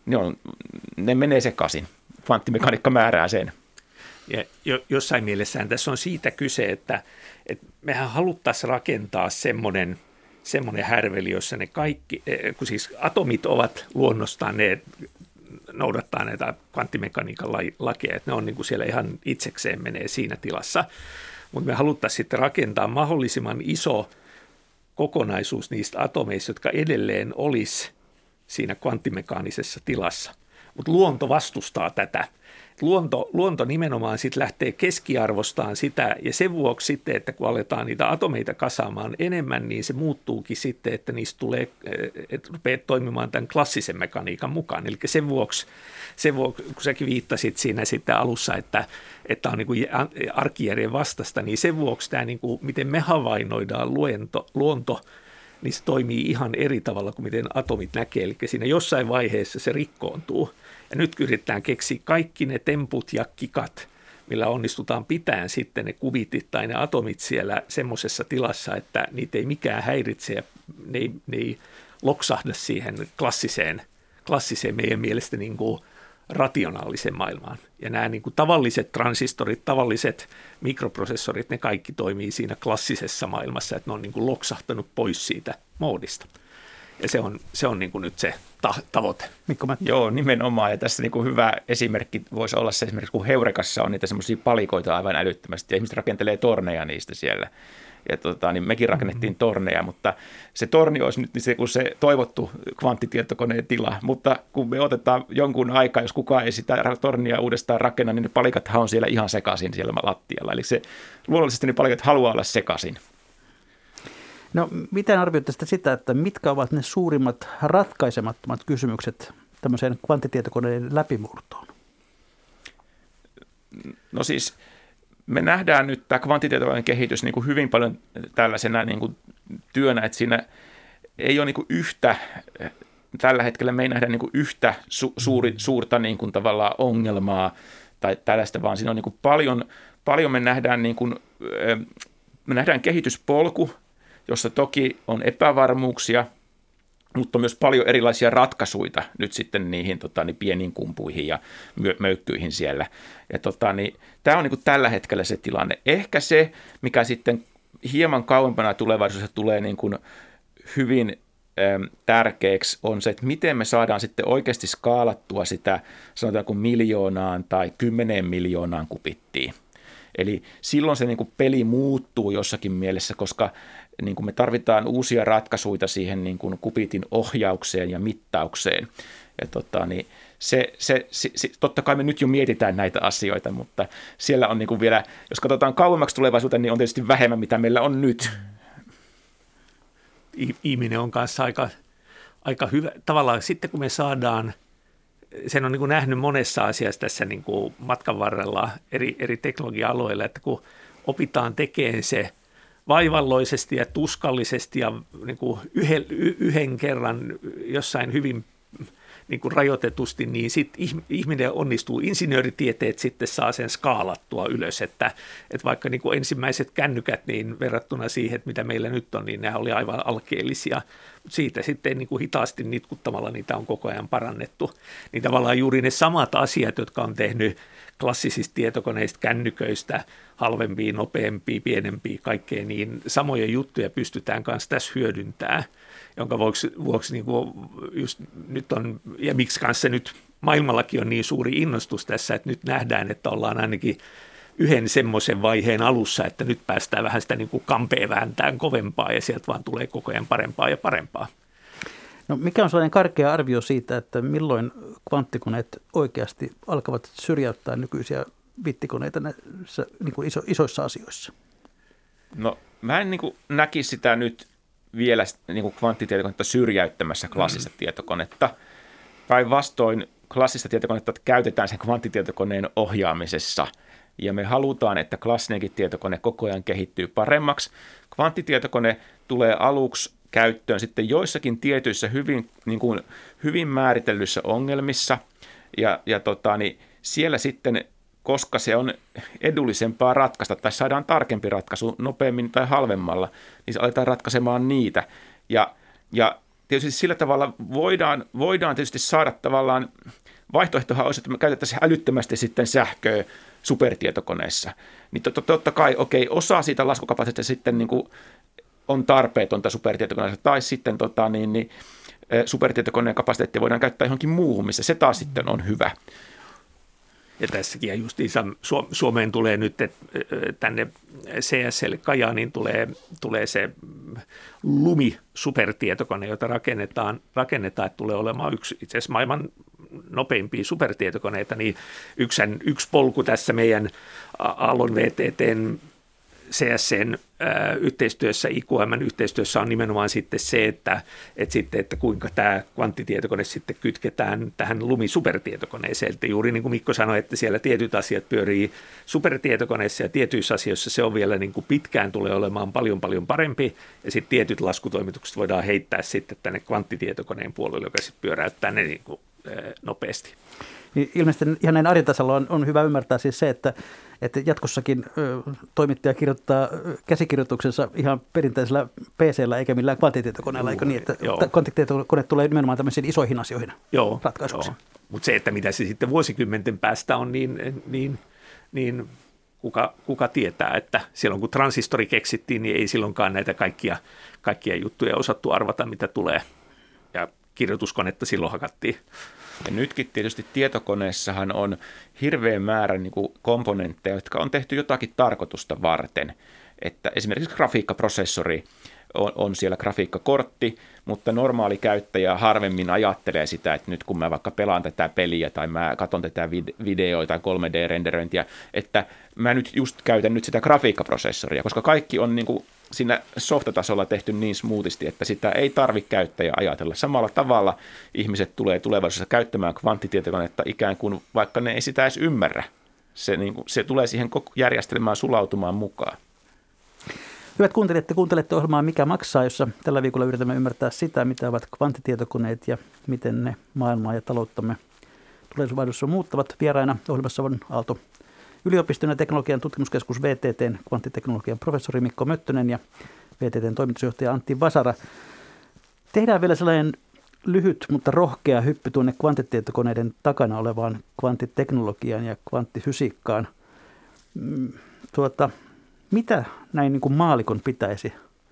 ne, on, ne menee sekaisin. Kvanttimekaniikka määrää sen. Ja jo, jossain mielessään tässä on siitä kyse, että, että mehän haluttaisiin rakentaa semmoinen, semmoinen härveli, jossa ne kaikki, kun siis atomit ovat luonnostaan, ne noudattaa näitä kvanttimekaniikan lakeja, että ne on niin kuin siellä ihan itsekseen menee siinä tilassa. Mutta me haluttaisiin sitten rakentaa mahdollisimman iso kokonaisuus niistä atomeista, jotka edelleen olisi siinä kvanttimekaanisessa tilassa. Mutta luonto vastustaa tätä. Luonto, luonto nimenomaan sitten lähtee keskiarvostaan sitä, ja sen vuoksi sitten, että kun aletaan niitä atomeita kasaamaan enemmän, niin se muuttuukin sitten, että niistä tulee, että rupeaa toimimaan tämän klassisen mekaniikan mukaan. Eli sen vuoksi, sen vuoksi kun säkin viittasit siinä sitten alussa, että, että on niin kuin arkijärjen vastasta, niin sen vuoksi tämä, niin kuin, miten me havainnoidaan luento, luonto, niin se toimii ihan eri tavalla kuin miten atomit näkee. Eli siinä jossain vaiheessa se rikkoontuu. Ja nyt yritetään keksiä kaikki ne temput ja kikat, millä onnistutaan pitämään sitten ne kubitit tai ne atomit siellä semmoisessa tilassa, että niitä ei mikään häiritse ja ne ei, ne ei loksahda siihen klassiseen, klassiseen meidän mielestä niin kuin rationaalisen maailmaan. Ja nämä niin kuin tavalliset transistorit, tavalliset mikroprosessorit, ne kaikki toimii siinä klassisessa maailmassa, että ne on niin kuin loksahtanut pois siitä moodista. Ja se on, se on niin kuin nyt se ta- tavoite. Mikko Mättä. Joo, nimenomaan. Ja tässä niin kuin hyvä esimerkki voisi olla se esimerkiksi, kun Heurekassa on niitä semmoisia palikoita aivan älyttömästi, ja ihmiset rakentelee torneja niistä siellä. Ja tota, niin mekin rakennettiin mm-hmm. torneja, mutta se torni olisi nyt se, kun se toivottu kvanttitietokoneen tila. Mutta kun me otetaan jonkun aikaa, jos kukaan ei sitä tornia uudestaan rakenna, niin ne palikathan on siellä ihan sekaisin siellä lattialla. Eli se, luonnollisesti ne palikat haluaa olla sekaisin. No, miten arvioitte sitä, että mitkä ovat ne suurimmat ratkaisemattomat kysymykset tämmöiseen kvanttitietokoneen läpimurtoon? No siis me nähdään nyt tämä kvanttitietokoneen kehitys niin kuin hyvin paljon tällaisena niin kuin työnä, että siinä ei ole niin kuin yhtä, tällä hetkellä me ei nähdä niin kuin yhtä su, suuri, suurta niin kuin tavallaan ongelmaa tai tällaista, vaan siinä on niin kuin paljon, paljon me nähdään, niin kuin, me nähdään kehityspolku, jossa toki on epävarmuuksia, mutta myös paljon erilaisia ratkaisuja nyt sitten niihin tota, niin pieniin kumpuihin ja möykkyihin siellä. Ja, tota, niin, tämä on niin kuin tällä hetkellä se tilanne. Ehkä se, mikä sitten hieman kauempana tulevaisuudessa tulee niin kuin hyvin äm, tärkeäksi, on se, että miten me saadaan sitten oikeasti skaalattua sitä, sanotaanko miljoonaan tai kymmeneen miljoonaan kupittiin. Eli silloin se niin kuin peli muuttuu jossakin mielessä, koska niin kuin me tarvitaan uusia ratkaisuja siihen niin kuin kubitin ohjaukseen ja mittaukseen. Ja tota, niin se, se, se, se, totta kai me nyt jo mietitään näitä asioita, mutta siellä on niin kuin vielä, jos katsotaan kauemmaksi tulevaisuuteen, niin on tietysti vähemmän, mitä meillä on nyt. Ihminen on kanssa aika, aika hyvä. Tavallaan sitten kun me saadaan, sen on niin kuin nähnyt monessa asiassa tässä niin kuin matkan varrella eri, eri teknologia-aloilla, että kun opitaan tekemään se vaivalloisesti ja tuskallisesti ja niin kuin yhden, yhden kerran jossain hyvin niin kuin rajoitetusti, niin sitten ihminen onnistuu. Insinööritieteet sitten saa sen skaalattua ylös, että, että vaikka niin kuin ensimmäiset kännykät niin verrattuna siihen, että mitä meillä nyt on, niin nämä oli aivan alkeellisia. Siitä sitten niin kuin hitaasti nitkuttamalla niitä on koko ajan parannettu. Niin tavallaan juuri ne samat asiat, jotka on tehnyt klassisista tietokoneista, kännyköistä, halvempia, nopeampia, pienempiä, kaikkea, niin samoja juttuja pystytään kanssa tässä hyödyntämään, jonka vuoksi, vuoksi niin kuin just nyt on, ja miksi kanssa nyt maailmallakin on niin suuri innostus tässä, että nyt nähdään, että ollaan ainakin yhden semmoisen vaiheen alussa, että nyt päästään vähän sitä niin kuin kampea vääntään kovempaa, ja sieltä vaan tulee koko ajan parempaa ja parempaa. No, mikä on sellainen karkea arvio siitä, että milloin kvanttikoneet oikeasti alkavat syrjäyttää nykyisiä bittikoneita näissä niin kuin iso, isoissa asioissa? No mä en niin kuin näkisi sitä nyt vielä niin kuin kvanttitietokonetta syrjäyttämässä klassista mm. tietokonetta. Päinvastoin klassista tietokonetta käytetään sen kvanttitietokoneen ohjaamisessa. Ja me halutaan, että klassinenkin tietokone koko ajan kehittyy paremmaksi. Kvanttitietokone tulee aluksi käyttöön sitten joissakin tietyissä hyvin, niin kuin, hyvin määritellyissä ongelmissa. Ja, ja tota, niin siellä sitten, koska se on edullisempaa ratkaista tai saadaan tarkempi ratkaisu nopeammin tai halvemmalla, niin se aletaan ratkaisemaan niitä. Ja, ja tietysti sillä tavalla voidaan, voidaan tietysti saada tavallaan, vaihtoehtohan olisi, että me käytettäisiin älyttömästi sitten sähköä supertietokoneessa. Niin totta, totta kai, okei, osa siitä laskukapasiteetista sitten niin kuin on tarpeetonta supertietokoneessa, tai sitten tota, niin, niin, supertietokoneen kapasiteettia voidaan käyttää johonkin muuhun, missä se taas sitten on hyvä. Ja tässäkin justiinsa Suomeen tulee nyt, että tänne C S L Kajaaniin tulee, tulee se Lumi-supertietokone, jota rakennetaan, rakennetaan, että tulee olemaan yksi itse asiassa maailman nopeimpia supertietokoneita, niin yksi, yksi polku tässä meidän Aallon V T T:n C S C:n yhteistyössä, I Q M:n yhteistyössä on nimenomaan sitten se, että, että, sitten, että kuinka tämä kvanttitietokone sitten kytketään tähän Lumi-supertietokoneeseen. Eli juuri niin kuin Mikko sanoi, että siellä tietyt asiat pyörii supertietokoneessa ja tietyissä asioissa se on vielä niin kuin pitkään tulee olemaan paljon paljon parempi ja sitten tietyt laskutoimitukset voidaan heittää sitten tänne kvanttitietokoneen puolelle, joka sitten pyöräyttää ne niin kuin, nopeasti. Ilmeisesti ihan näin arjen tasolla on, on hyvä ymmärtää siis se, että, että jatkossakin ö, toimittaja kirjoittaa käsikirjoituksensa ihan perinteisellä P C:llä eikä millään kvanttitietokoneella, eikö niin, että kvanttitietokone tulee nimenomaan tämmöisiin isoihin asioihin joo, ratkaisuksi. Mutta se, että mitä se sitten vuosikymmenten päästä on, niin, niin, niin kuka, kuka tietää, että silloin kun transistori keksittiin, niin ei silloinkaan näitä kaikkia, kaikkia juttuja osattu arvata, mitä tulee. Ja kirjoituskonetta silloin hakattiin. Ja nytkin tietysti tietokoneessahan on hirveä määrä niin kuin komponentteja, jotka on tehty jotakin tarkoitusta varten. Että esimerkiksi grafiikkaprosessori on, on siellä grafiikkakortti, mutta normaali käyttäjä harvemmin ajattelee sitä, että nyt kun mä vaikka pelaan tätä peliä tai mä katson tätä videoita tai kolme D-renderöintiä, että mä nyt just käytän nyt sitä grafiikkaprosessoria, koska kaikki on niin kuin siinä softatasolla tehty niin smoothisti, että sitä ei tarvitse käyttäjä ajatella. Samalla tavalla ihmiset tulee tulevaisuudessa käyttämään kvanttitietokonetta ikään kuin, vaikka ne ei sitä edes ymmärrä. Se, niin kuin, se tulee siihen järjestelmään sulautumaan mukaan. Hyvät kuuntelijat, te kuuntelette ohjelmaa Mikä maksaa, jossa tällä viikolla yritämme ymmärtää sitä, mitä ovat kvanttitietokoneet ja miten ne maailmaa ja talouttamme tulevaisuudessa muuttavat. Vieraina ohjelmassa on Aalto yliopiston ja teknologian tutkimuskeskus V T T:n kvanttiteknologian professori Mikko Möttönen ja V T T:n toimitusjohtaja Antti Vasara. Tehdään vielä sellainen lyhyt, mutta rohkea hyppy tuonne kvanttitietokoneiden takana olevaan kvanttiteknologiaan ja kvanttifysiikkaan. Tuota, mitä näin niin kuin maallikon pitäisi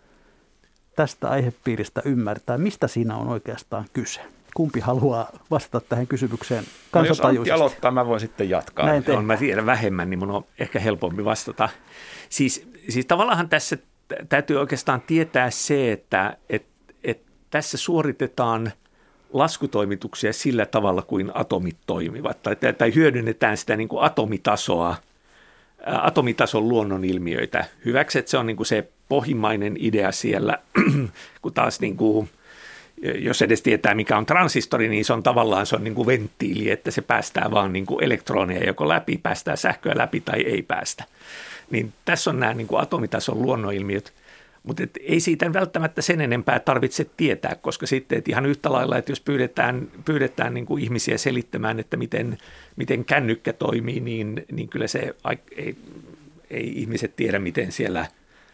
tästä aihepiiristä ymmärtää? Mistä siinä on oikeastaan kyse? Kumpi haluaa vastata tähän kysymykseen kansantajuisesti? No jos Antti aloittaa, mä voin sitten jatkaa. Näin on, mä tiedän vähemmän, niin mun on ehkä helpompi vastata. Siis, siis tavallaan tässä täytyy oikeastaan tietää se, että et, et tässä suoritetaan laskutoimituksia sillä tavalla, kuin atomit toimivat. Tai, tai hyödynnetään sitä niin kuin atomitasoa, atomitason luonnonilmiöitä hyväksi. Että se on niin kuin se pohjimmainen idea siellä, kun taas niin kuin jos edes tietää, mikä on transistori, niin se on tavallaan se on niin kuin venttiili, että se päästää vaan niin kuin elektroneja joko läpi, päästää sähköä läpi tai ei päästä. Niin tässä on nämä niin kuin atomitason luonnonilmiöt, mutta et ei siitä välttämättä sen enempää tarvitse tietää, koska sitten et ihan yhtä lailla, että jos pyydetään, pyydetään niin kuin ihmisiä selittämään, että miten, miten kännykkä toimii, niin, niin kyllä se ei, ei ihmiset tiedä, miten siellä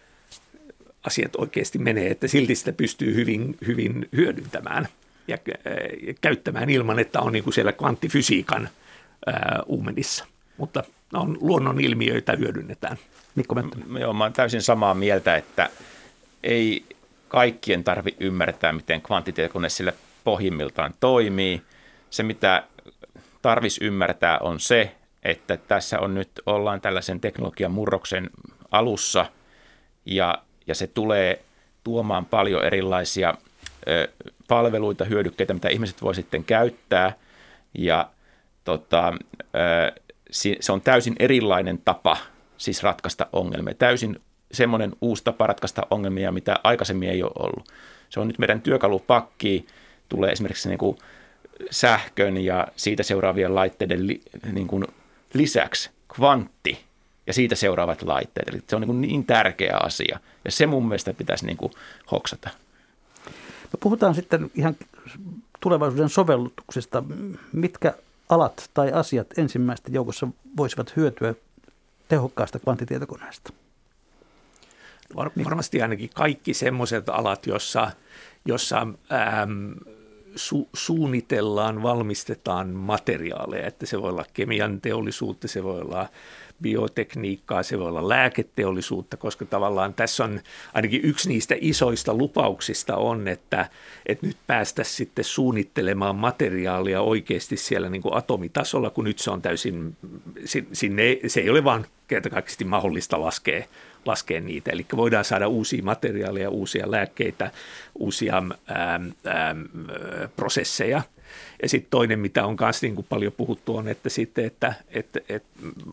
asiat oikeasti menee, että silti sitä pystyy hyvin, hyvin hyödyntämään ja käyttämään ilman, että on niin kuin siellä kvanttifysiikan ää, uumenissa. Mutta on luonnonilmiöitä hyödynnetään. Mikko Möttönen. Joo, mä olen täysin samaa mieltä, että ei kaikkien tarvitse ymmärtää, miten kvanttitietokone sillä pohjimmiltaan toimii. Se, mitä tarvitsisi ymmärtää, on se, että tässä on nyt ollaan tällaisen teknologian murroksen alussa ja Ja se tulee tuomaan paljon erilaisia ö, palveluita, hyödykkeitä, mitä ihmiset voi sitten käyttää. Ja tota, ö, se on täysin erilainen tapa siis ratkaista ongelmia. Täysin semmoinen uusi tapa ratkaista ongelmia, mitä aikaisemmin ei ole ollut. Se on nyt meidän työkalupakkiin, tulee esimerkiksi niin kuin sähkön ja siitä seuraavien laitteiden li, niin kuin lisäksi kvantti. Ja siitä seuraavat laitteet. Eli se on niin, niin tärkeä asia. Ja se mun mielestä pitäisi niin kuin hoksata. No puhutaan sitten ihan tulevaisuuden sovellutuksista. Mitkä alat tai asiat ensimmäisten joukossa voisivat hyötyä tehokkaasta kvanttitietokoneesta? Var, varmasti ainakin kaikki semmoiset alat, jossa, jossa äm, su, suunnitellaan, valmistetaan materiaaleja, että se voi olla kemian teollisuutta, se voi olla biotekniikkaa, se voi olla lääketeollisuutta, koska tavallaan tässä on ainakin yksi niistä isoista lupauksista on, että, että nyt päästäisiin sitten suunnittelemaan materiaalia oikeasti siellä niin kuin atomitasolla, kun nyt se on täysin, sinne, se ei ole vaan kertakaikkisesti mahdollista laskea, laskea niitä. Eli voidaan saada uusia materiaaleja, uusia lääkkeitä, uusia äm, äm, prosesseja. Ja sitten toinen, mitä on myös niin kuin paljon puhuttu, on, että, sitten, että, että, että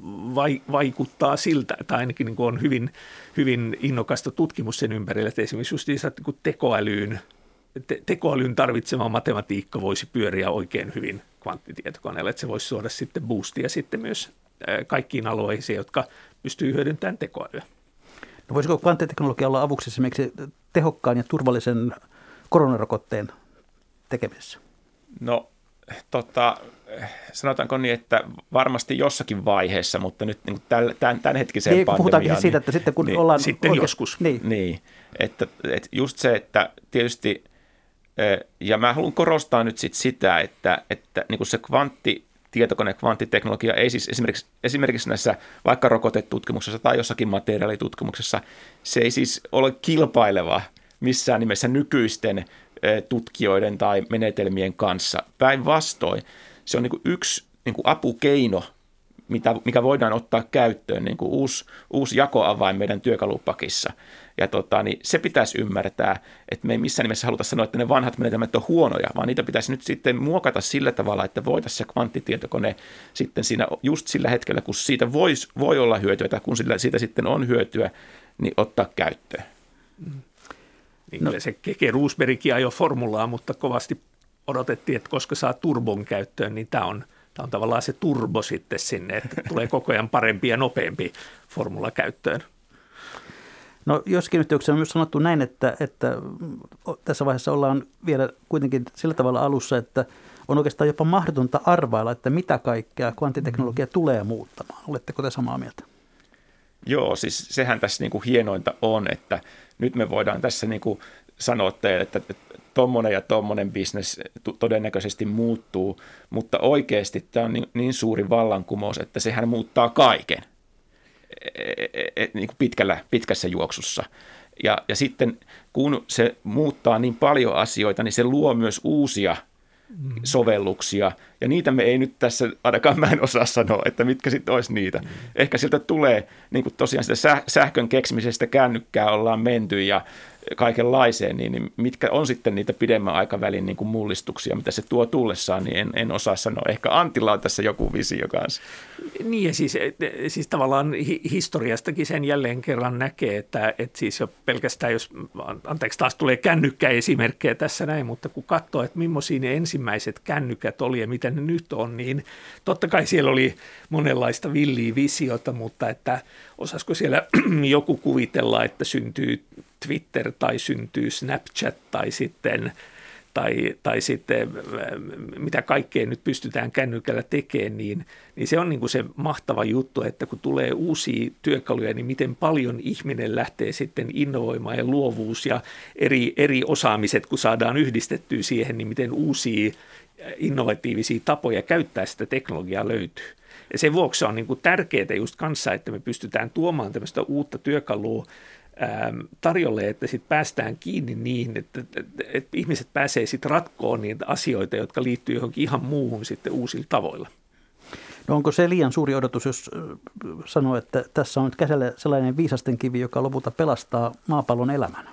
vaikuttaa siltä, tai ainakin niin kuin on hyvin, hyvin innokasta tutkimus sen ympärillä, että esimerkiksi just niin, että tekoälyyn, te, tekoälyn tarvitsema matematiikka voisi pyöriä oikein hyvin kvanttitietokoneella, että se voisi suoda sitten boostia sitten myös kaikkiin alueisiin, jotka pystyy hyödyntämään tekoälyä. No voisiko kvanttiteknologia olla avuksi esimerkiksi tehokkaan ja turvallisen koronarokotteen tekemisessä? No tota, sanotaanko niin, että varmasti jossakin vaiheessa, mutta nyt niin tämän, tämän hetkiseen niin, pandemiaan. Puhutaankin niin, siitä, että sitten kun niin, ollaan sitten oikein, joskus. Niin, niin että, että just se, että tietysti, ja mä haluan korostaa nyt sit sitä, että, että niin kuin se kvantti, tietokone, kvanttiteknologia ei siis esimerkiksi, esimerkiksi näissä vaikka rokotetutkimuksessa tai jossakin materiaalitutkimuksessa, se ei siis ole kilpaileva missään nimessä nykyisten tutkijoiden tai menetelmien kanssa. Päinvastoin se on niin kuin yksi niin kuin apukeino, mitä, mikä voidaan ottaa käyttöön, niin kuin uusi, uusi jakoavain meidän työkalupakissa. Ja tota, niin se pitäisi ymmärtää, että me ei missään nimessä haluta sanoa, että ne vanhat menetelmät on huonoja, vaan niitä pitäisi nyt sitten muokata sillä tavalla, että voitaisiin se kvanttitietokone sitten siinä just sillä hetkellä, kun siitä vois, voi olla hyötyä tai kun sillä, siitä sitten on hyötyä, niin ottaa käyttöön. Mm. Niin no. Se Keke Roosbergkin ajoi formulaa, mutta kovasti odotettiin, että koska saa turbon käyttöön, niin tämä on, tämä on tavallaan se turbo sitten sinne, että tulee koko ajan parempi ja nopeampi formula käyttöön. No joskin yhteyksissä on myös sanottu näin, että, että tässä vaiheessa ollaan vielä kuitenkin sillä tavalla alussa, että on oikeastaan jopa mahdotonta arvailla, että mitä kaikkea kvanttiteknologia tulee muuttamaan. Oletteko te samaa mieltä? Joo, siis sehän tässä niin kuin hienointa on, että nyt me voidaan tässä niin kuin sanoa teille, että tuommoinen ja tuommoinen bisnes todennäköisesti muuttuu, mutta oikeasti tämä on niin, niin suuri vallankumous, että sehän muuttaa kaiken niin kuin pitkällä, pitkässä juoksussa. Ja, ja sitten kun se muuttaa niin paljon asioita, niin se luo myös uusia mm. sovelluksia, ja niitä me ei nyt tässä, ainakaan mä en osaa sanoa, että mitkä sitten olisi niitä. Mm. Ehkä sieltä tulee, niin kuin tosiaan sitä sähkön keksimisestä kännykkää ollaan menty ja kaikenlaiseen, niin mitkä on sitten niitä pidemmän aikavälin niin kuin mullistuksia, mitä se tuo tullessaan, niin en, en osaa sanoa. Ehkä Antilla on tässä joku visio kanssa. Niin ja siis, siis tavallaan historiastakin sen jälleen kerran näkee, että, että siis jo pelkästään, jos, anteeksi taas tulee kännykkäesimerkkejä tässä näin, mutta kun katsoo, että millaisia ne ensimmäiset kännykät oli ja mitä ne nyt on, niin totta kai siellä oli monenlaista villiä visiota, mutta että osaisiko siellä joku kuvitella, että syntyy Twitter tai syntyy Snapchat tai sitten, tai, tai sitten mitä kaikkea nyt pystytään kännykällä tekemään, niin, niin se on niin kuin se mahtava juttu, että kun tulee uusia työkaluja, niin miten paljon ihminen lähtee sitten innovoimaan ja luovuus ja eri, eri osaamiset, kun saadaan yhdistettyä siihen, niin miten uusia innovatiivisia tapoja käyttää sitä teknologiaa löytyy. Ja sen vuoksi on niin kuin tärkeää just kanssa, että me pystytään tuomaan tämmöistä uutta työkalua tarjolle, että sitten päästään kiinni niihin, että, että, että ihmiset pääsee sitten ratkoon niitä asioita, jotka liittyy johonkin ihan muuhun sitten uusilla tavoilla. No onko se liian suuri odotus, jos sanoo, että tässä on nyt käsillä sellainen viisasten kivi, joka lopulta pelastaa maapallon elämän?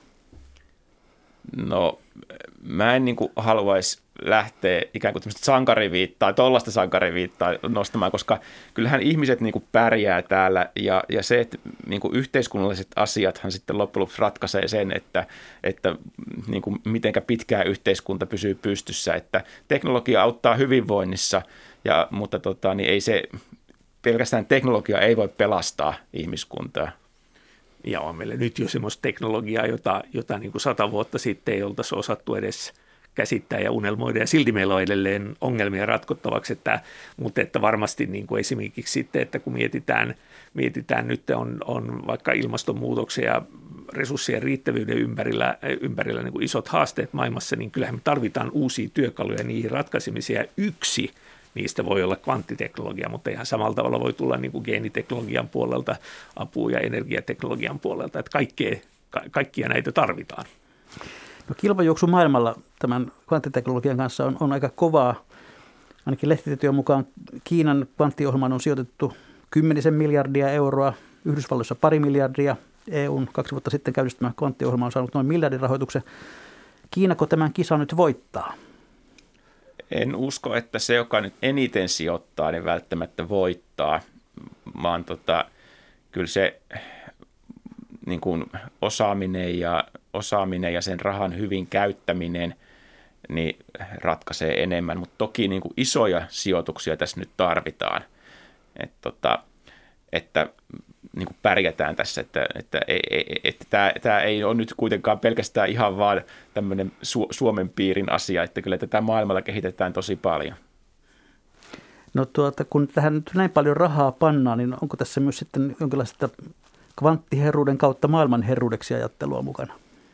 No mä en niin kuin haluaisi lähteä ikään kuin tämmöistä sankariviittaa, tuollaista sankariviittaa nostamaan, koska kyllähän ihmiset niin kuin pärjää täällä ja, ja se, että niin kuin yhteiskunnalliset asiathan sitten loppujen lopuksi ratkaisee sen, että, että niin kuin mitenkä pitkään yhteiskunta pysyy pystyssä, että teknologia auttaa hyvinvoinnissa, ja, mutta tota, niin ei se, pelkästään teknologia ei voi pelastaa ihmiskuntaa. Ja on meillä nyt jo semmoista teknologiaa, jota, jota niin kuin sata vuotta sitten ei oltaisi osattu edes käsittää ja unelmoida, ja silti meillä on edelleen ongelmia ratkottavaksi, että, mutta että varmasti niin kuin esimerkiksi sitten, että kun mietitään, mietitään nyt on, on vaikka ilmastonmuutoksen ja resurssien riittävyyden ympärillä, ympärillä niin kuin isot haasteet maailmassa, niin kyllähän me tarvitaan uusia työkaluja niihin ratkaisemiseen, ja yksi niistä voi olla kvanttiteknologia, mutta ihan samalla tavalla voi tulla niin kuin geeniteknologian puolelta apua ja energiateknologian puolelta, että kaikkea, ka- kaikkia näitä tarvitaan. No, kilpajuoksu maailmalla tämän kvanttiteknologian kanssa on, on aika kovaa. Ainakin lehtitietojen mukaan Kiinan kvanttiohjelmaan on sijoitettu kymmenisen miljardia euroa, Yhdysvalloissa pari miljardia. E U:n kaksi vuotta sitten käynnistämä kvanttiohjelma on saanut noin miljardin rahoituksen. Kiinako tämän kisan nyt voittaa? En usko, että se, joka nyt eniten sijoittaa, niin välttämättä voittaa, vaan tota, kyllä se niin kuin osaaminen, ja, osaaminen ja sen rahan hyvin käyttäminen niin ratkaisee enemmän, mutta toki niin kuin isoja sijoituksia tässä nyt tarvitaan, Et, tota, että niin kuin pärjätään tässä, että, että, että, että tämä, tämä ei ole nyt kuitenkaan pelkästään ihan vaan tämmöinen Su- Suomen piirin asia, että kyllä tätä maailmalla kehitetään tosi paljon. No tuota, kun tähän nyt näin paljon rahaa pannaan, niin onko tässä myös sitten jonkinlaista kvanttiherruuden kautta maailman herruudeksi ajattelua mukana?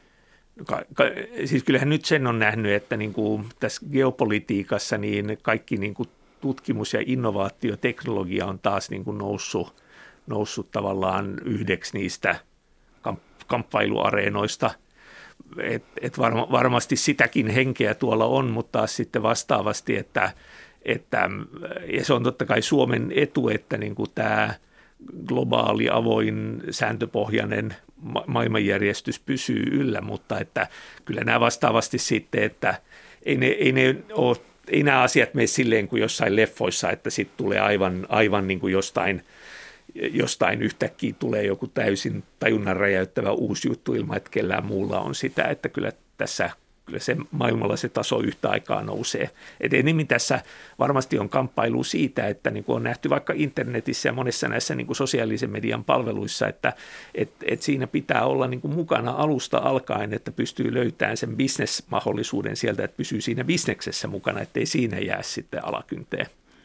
Ka, ka, siis kyllähän nyt sen on nähnyt, että niin kuin tässä geopolitiikassa niin kaikki niin kuin tutkimus- ja innovaatioteknologia on taas niin kuin noussut, noussut tavallaan yhdeksi niistä kamp- kamppailuareenoista. Et, et varma, varmasti sitäkin henkeä tuolla on, mutta taas sitten vastaavasti, että, että ja se on totta kai Suomen etu, että niin kuin tämä globaali, avoin, sääntöpohjainen ma- maailmanjärjestys pysyy yllä, mutta että kyllä nämä vastaavasti sitten, että ei ne, ei ne ole, ei nämä asiat mene silleen kuin jossain leffoissa, että sitten tulee aivan, aivan niin kuin jostain, jostain yhtäkkiä tulee joku täysin tajunnan räjäyttävä uusi juttu ilman, että kellään muulla on sitä, että kyllä tässä kyllä se maailmalla se taso yhtä aikaa nousee. Et enemmän tässä varmasti on kamppailu siitä, että niin kuin on nähty vaikka internetissä ja monessa näissä niin kuin sosiaalisen median palveluissa, että et, et siinä pitää olla niin kuin mukana alusta alkaen, että pystyy löytämään sen bisnesmahdollisuuden sieltä, että pysyy siinä bisneksessä mukana, ettei siinä jää sitten alakynteen.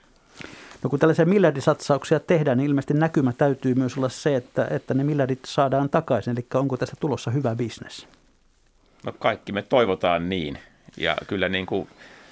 No kun tällaisia miljardisatsauksia tehdään, niin ilmeisesti näkymä täytyy myös olla se, että, että ne miljardit saadaan takaisin. Eli onko tästä tulossa hyvä bisnes? No kaikki me toivotaan niin. Ja kyllä niin kuin,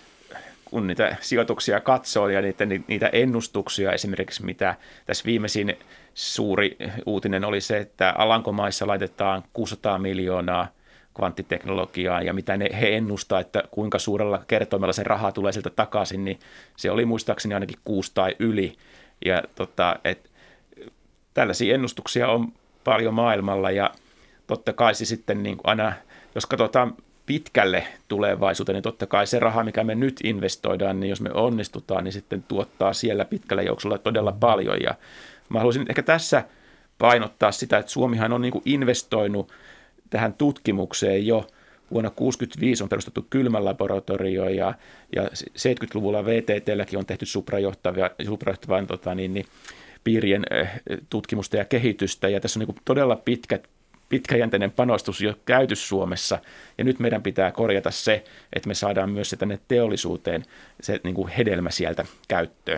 kun niitä sijoituksia katsoo ja niitä, niitä ennustuksia esimerkiksi, mitä tässä viimeisin suuri uutinen oli se, että Alankomaissa laitetaan kuusisataa miljoonaa kvanttiteknologiaan ja mitä ne, he ennustaa, että kuinka suurella kertoimella se raha tulee sieltä takaisin, niin se oli muistaakseni ainakin kuusi tai yli. Ja tota, et, tällaisia ennustuksia on paljon maailmalla ja totta kai se sitten niin kuin aina, jos katsotaan pitkälle tulevaisuuteen, niin totta kai se raha, mikä me nyt investoidaan, niin jos me onnistutaan, niin sitten tuottaa siellä pitkällä juoksulla todella paljon. Ja mä haluaisin ehkä tässä painottaa sitä, että Suomihan on niin kuin investoinut tähän tutkimukseen jo. Vuonna tuhatyhdeksänsataakuusikymmentäviisi on perustettu kylmälaboratorio ja, ja seitsemänkymmentäluvulla V T T:lläkin on tehty suprajohtavan tota, niin, niin, piirien tutkimusta ja kehitystä. Ja tässä on niin kuin todella pitkät pitkäjänteinen panostus jo käyty Suomessa, ja nyt meidän pitää korjata se, että me saadaan myös se tänne teollisuuteen se niin kuin hedelmä sieltä käyttöön.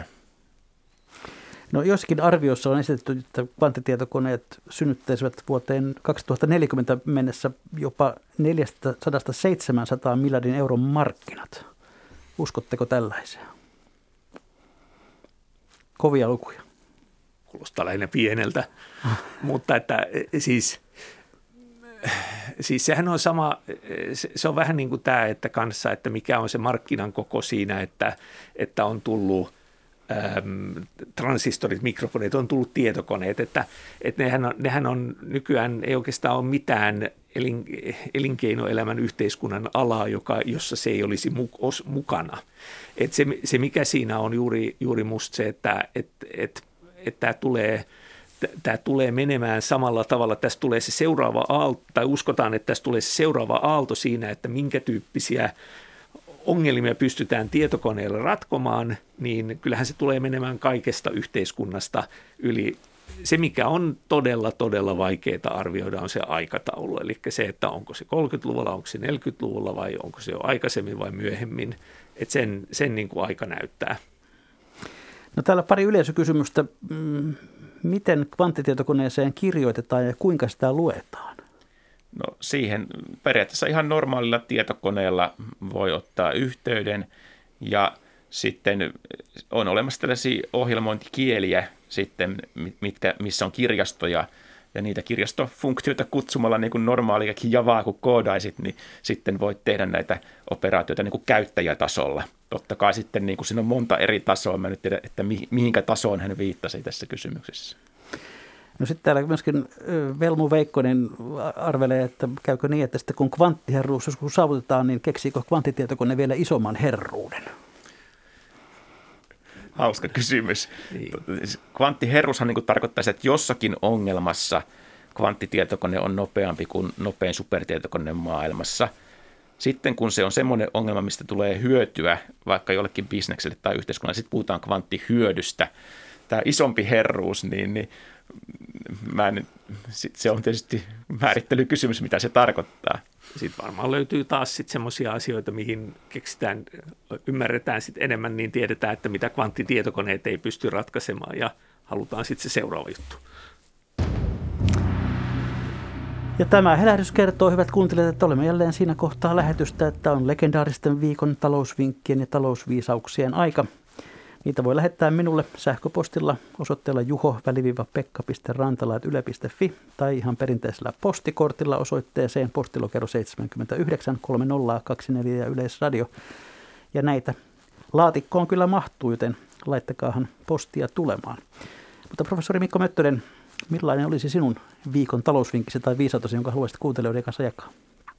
No jossakin arviossa on esitetty, että kvanttitietokoneet synnyttäisivät vuoteen kaksituhattaneljäkymmentä mennessä jopa neljästäsadasta seitsemäänsataan miljardin euron markkinat. Uskotteko tällaiseen? Kovia lukuja. Kuulostaa lähinnä pieneltä, mutta että siis... Siis sehän on sama, se on vähän niin kuin tämä, että kanssa, että mikä on se markkinan koko siinä, että, että on tullut äm, transistorit, mikrofonit, on tullut tietokoneet, että, että nehän, on, nehän on nykyään, ei oikeastaan ole mitään elin, elinkeinoelämän yhteiskunnan alaa, joka, jossa se ei olisi mukana. Että se, se mikä siinä on juuri, juuri musta se, että et, et, et tämä tulee... Tämä tulee menemään samalla tavalla. Tässä tulee se seuraava aalto, tai uskotaan, että tässä tulee se seuraava aalto siinä, että minkä tyyppisiä ongelmia pystytään tietokoneella ratkomaan, niin kyllähän se tulee menemään kaikesta yhteiskunnasta yli, se, mikä on todella, todella vaikeaa arvioida, on se aikataulu. Eli se, että onko se kolmekymmentäluvulla, onko se neljäkymmentäluvulla vai onko se jo aikaisemmin vai myöhemmin. Että sen, sen niin kuin aika näyttää. No täällä pari yleisökysymystä. Miten kvanttitietokoneeseen kirjoitetaan ja kuinka sitä luetaan? No siihen periaatteessa ihan normaalilla tietokoneella voi ottaa yhteyden ja sitten on olemassa tällaisia ohjelmointikieliä sitten, mitkä, missä on kirjastoja ja niitä kirjastofunktioita kutsumalla niin kuin normaaliakin javaa kun koodaisit, niin sitten voit tehdä näitä operaatioita niin kuin käyttäjätasolla. Totta kai sitten niin kuin siinä on monta eri tasoa, mä en nyt tiedä, että mihinkä tasoon hän viittasi tässä kysymyksessä. No sitten täällä myöskin Velmu Veikkonen arvelee, että käykö niin, että sitten kun kvanttiherruus joskus saavutetaan, niin keksiikö kvanttitietokone vielä isomman herruuden? Hauska kysymys. Kvanttiherruushan niin kuin tarkoittaisi, että jossakin ongelmassa kvanttitietokone on nopeampi kuin nopein supertietokone maailmassa. Sitten kun se on semmoinen ongelma, mistä tulee hyötyä vaikka jollekin bisnekselle tai yhteiskunnalle, sitten puhutaan kvanttihyödystä. Tämä isompi herruus, niin, niin mä en, se on tietysti määrittelykysymys, mitä se tarkoittaa. Sitten varmaan löytyy taas sitten semmoisia asioita, mihin keksitään, ymmärretään sitten enemmän, niin tiedetään, että mitä kvanttitietokoneet ei pysty ratkaisemaan ja halutaan sitten se seuraava juttu. Ja tämä helähdys kertoo, hyvät kuuntelijat, että olemme jälleen siinä kohtaa lähetystä, että on legendaaristen viikon talousvinkkien ja talousviisauksien aika. Niitä voi lähettää minulle sähköpostilla osoitteella juho-pekka piste rantala yle piste fi tai ihan perinteisellä postikortilla osoitteeseen postilokero seitsemänkymmentäyhdeksän kolmekymmentä ja Yleisradio. Ja näitä laatikkoon kyllä mahtuu, joten laittakaahan postia tulemaan. Mutta professori Mikko Möttönen, millainen olisi sinun viikon talousvinkkisi tai viisautasi, jonka haluaisit kuuntelijoiden kanssa jakaa?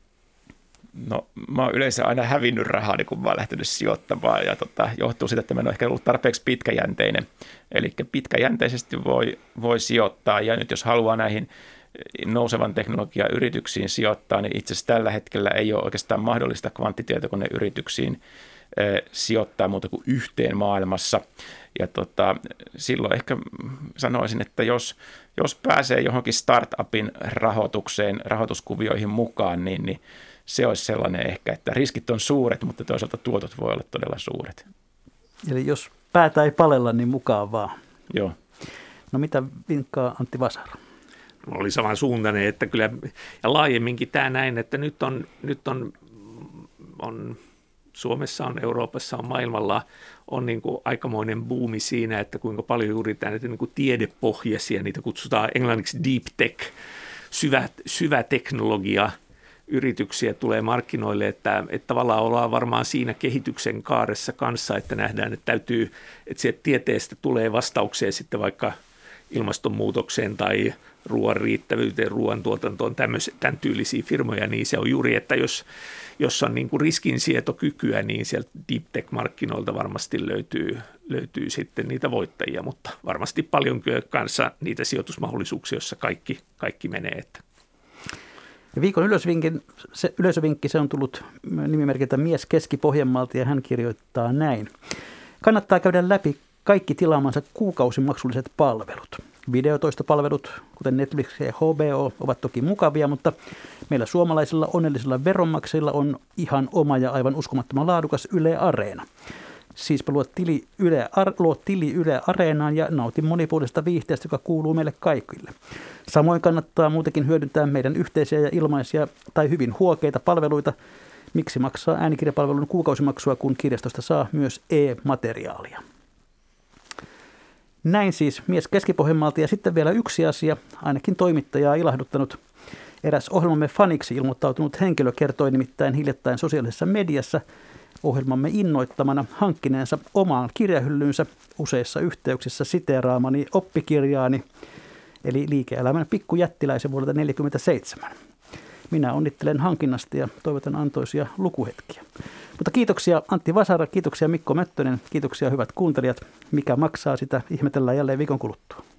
No mä oon yleensä aina hävinnyt rahaa, kun mä oon lähtenyt sijoittamaan ja tota, johtuu siitä, että mä en ole ehkä ollut tarpeeksi pitkäjänteinen. Eli pitkäjänteisesti voi, voi sijoittaa ja nyt jos haluaa näihin nousevan teknologian yrityksiin sijoittaa, niin itse asiassa tällä hetkellä ei ole oikeastaan mahdollista kvanttitietokoneyrityksiin eh, sijoittaa muuta kuin yhteen maailmassa. Ja tota, silloin ehkä sanoisin, että jos, jos pääsee johonkin startupin rahoitukseen, rahoituskuvioihin mukaan, niin, niin se olisi sellainen ehkä, että riskit on suuret, mutta toisaalta tuotot voi olla todella suuret. Eli jos päätä ei palella, niin mukaan vaan. Joo. No mitä vinkkaa Antti Vasara? Oli samansuuntainen, että kyllä, ja laajemminkin tämä näin, että nyt on, nyt on, on Suomessa on, Euroopassa on, maailmalla on niin kuin aikamoinen buumi siinä, että kuinka paljon juuri näitä niin kuin tiedepohjaisia, niitä kutsutaan englanniksi deep tech, syvä, syvä teknologia, yrityksiä tulee markkinoille, että, että tavallaan ollaan varmaan siinä kehityksen kaaressa kanssa, että nähdään, että täytyy, että sieltä tieteestä tulee vastauksia sitten vaikka ilmastonmuutokseen tai ruoan riittävyyteen, ruoantuotantoon, tämän tyylisiä firmoja, niin se on juuri, että jos, jos on niin kuin riskinsietokykyä, niin sieltä deep tech-markkinoilta varmasti löytyy, löytyy sitten niitä voittajia, mutta varmasti paljon kanssa niitä sijoitusmahdollisuuksia, joissa kaikki, kaikki menee, että ja viikon yleisövinkin, se, yleisövinkki, se on tullut nimimerkiltä Mies Keski-Pohjanmaalta ja hän kirjoittaa näin. Kannattaa käydä läpi kaikki tilaamansa kuukausimaksulliset palvelut. Videotoistopalvelut, kuten Netflix ja H B O, ovat toki mukavia, mutta meillä suomalaisilla onnellisilla veronmaksajilla on ihan oma ja aivan uskomattoman laadukas Yle Areena. Siispä luo tili Yle, luo tili Yle Areenaan ja nautin monipuolista viihteestä, joka kuuluu meille kaikille. Samoin kannattaa muutenkin hyödyntää meidän yhteisiä ja ilmaisia tai hyvin huokeita palveluita. Miksi maksaa äänikirjapalvelun kuukausimaksua, kun kirjastosta saa myös e-materiaalia? Näin siis Mies Keski-Pohjanmaalta. Ja sitten vielä yksi asia, ainakin toimittajaa ilahduttanut. Eräs ohjelmamme faniksi ilmoittautunut henkilö kertoi nimittäin hiljattain sosiaalisessa mediassa ohjelmamme innoittamana hankkineensa omaan kirjahyllynsä useissa yhteyksissä siteeraamani oppikirjaani, eli Liike-elämän pikkujättiläisen vuodelta tuhatyhdeksänsataaneljäkymmentäseitsemän. Minä onnittelen hankinnasta ja toivotan antoisia lukuhetkiä. Mutta kiitoksia Antti Vasara, kiitoksia Mikko Möttönen, kiitoksia hyvät kuuntelijat. Mikä maksaa, sitä ihmetellään jälleen viikon kuluttua.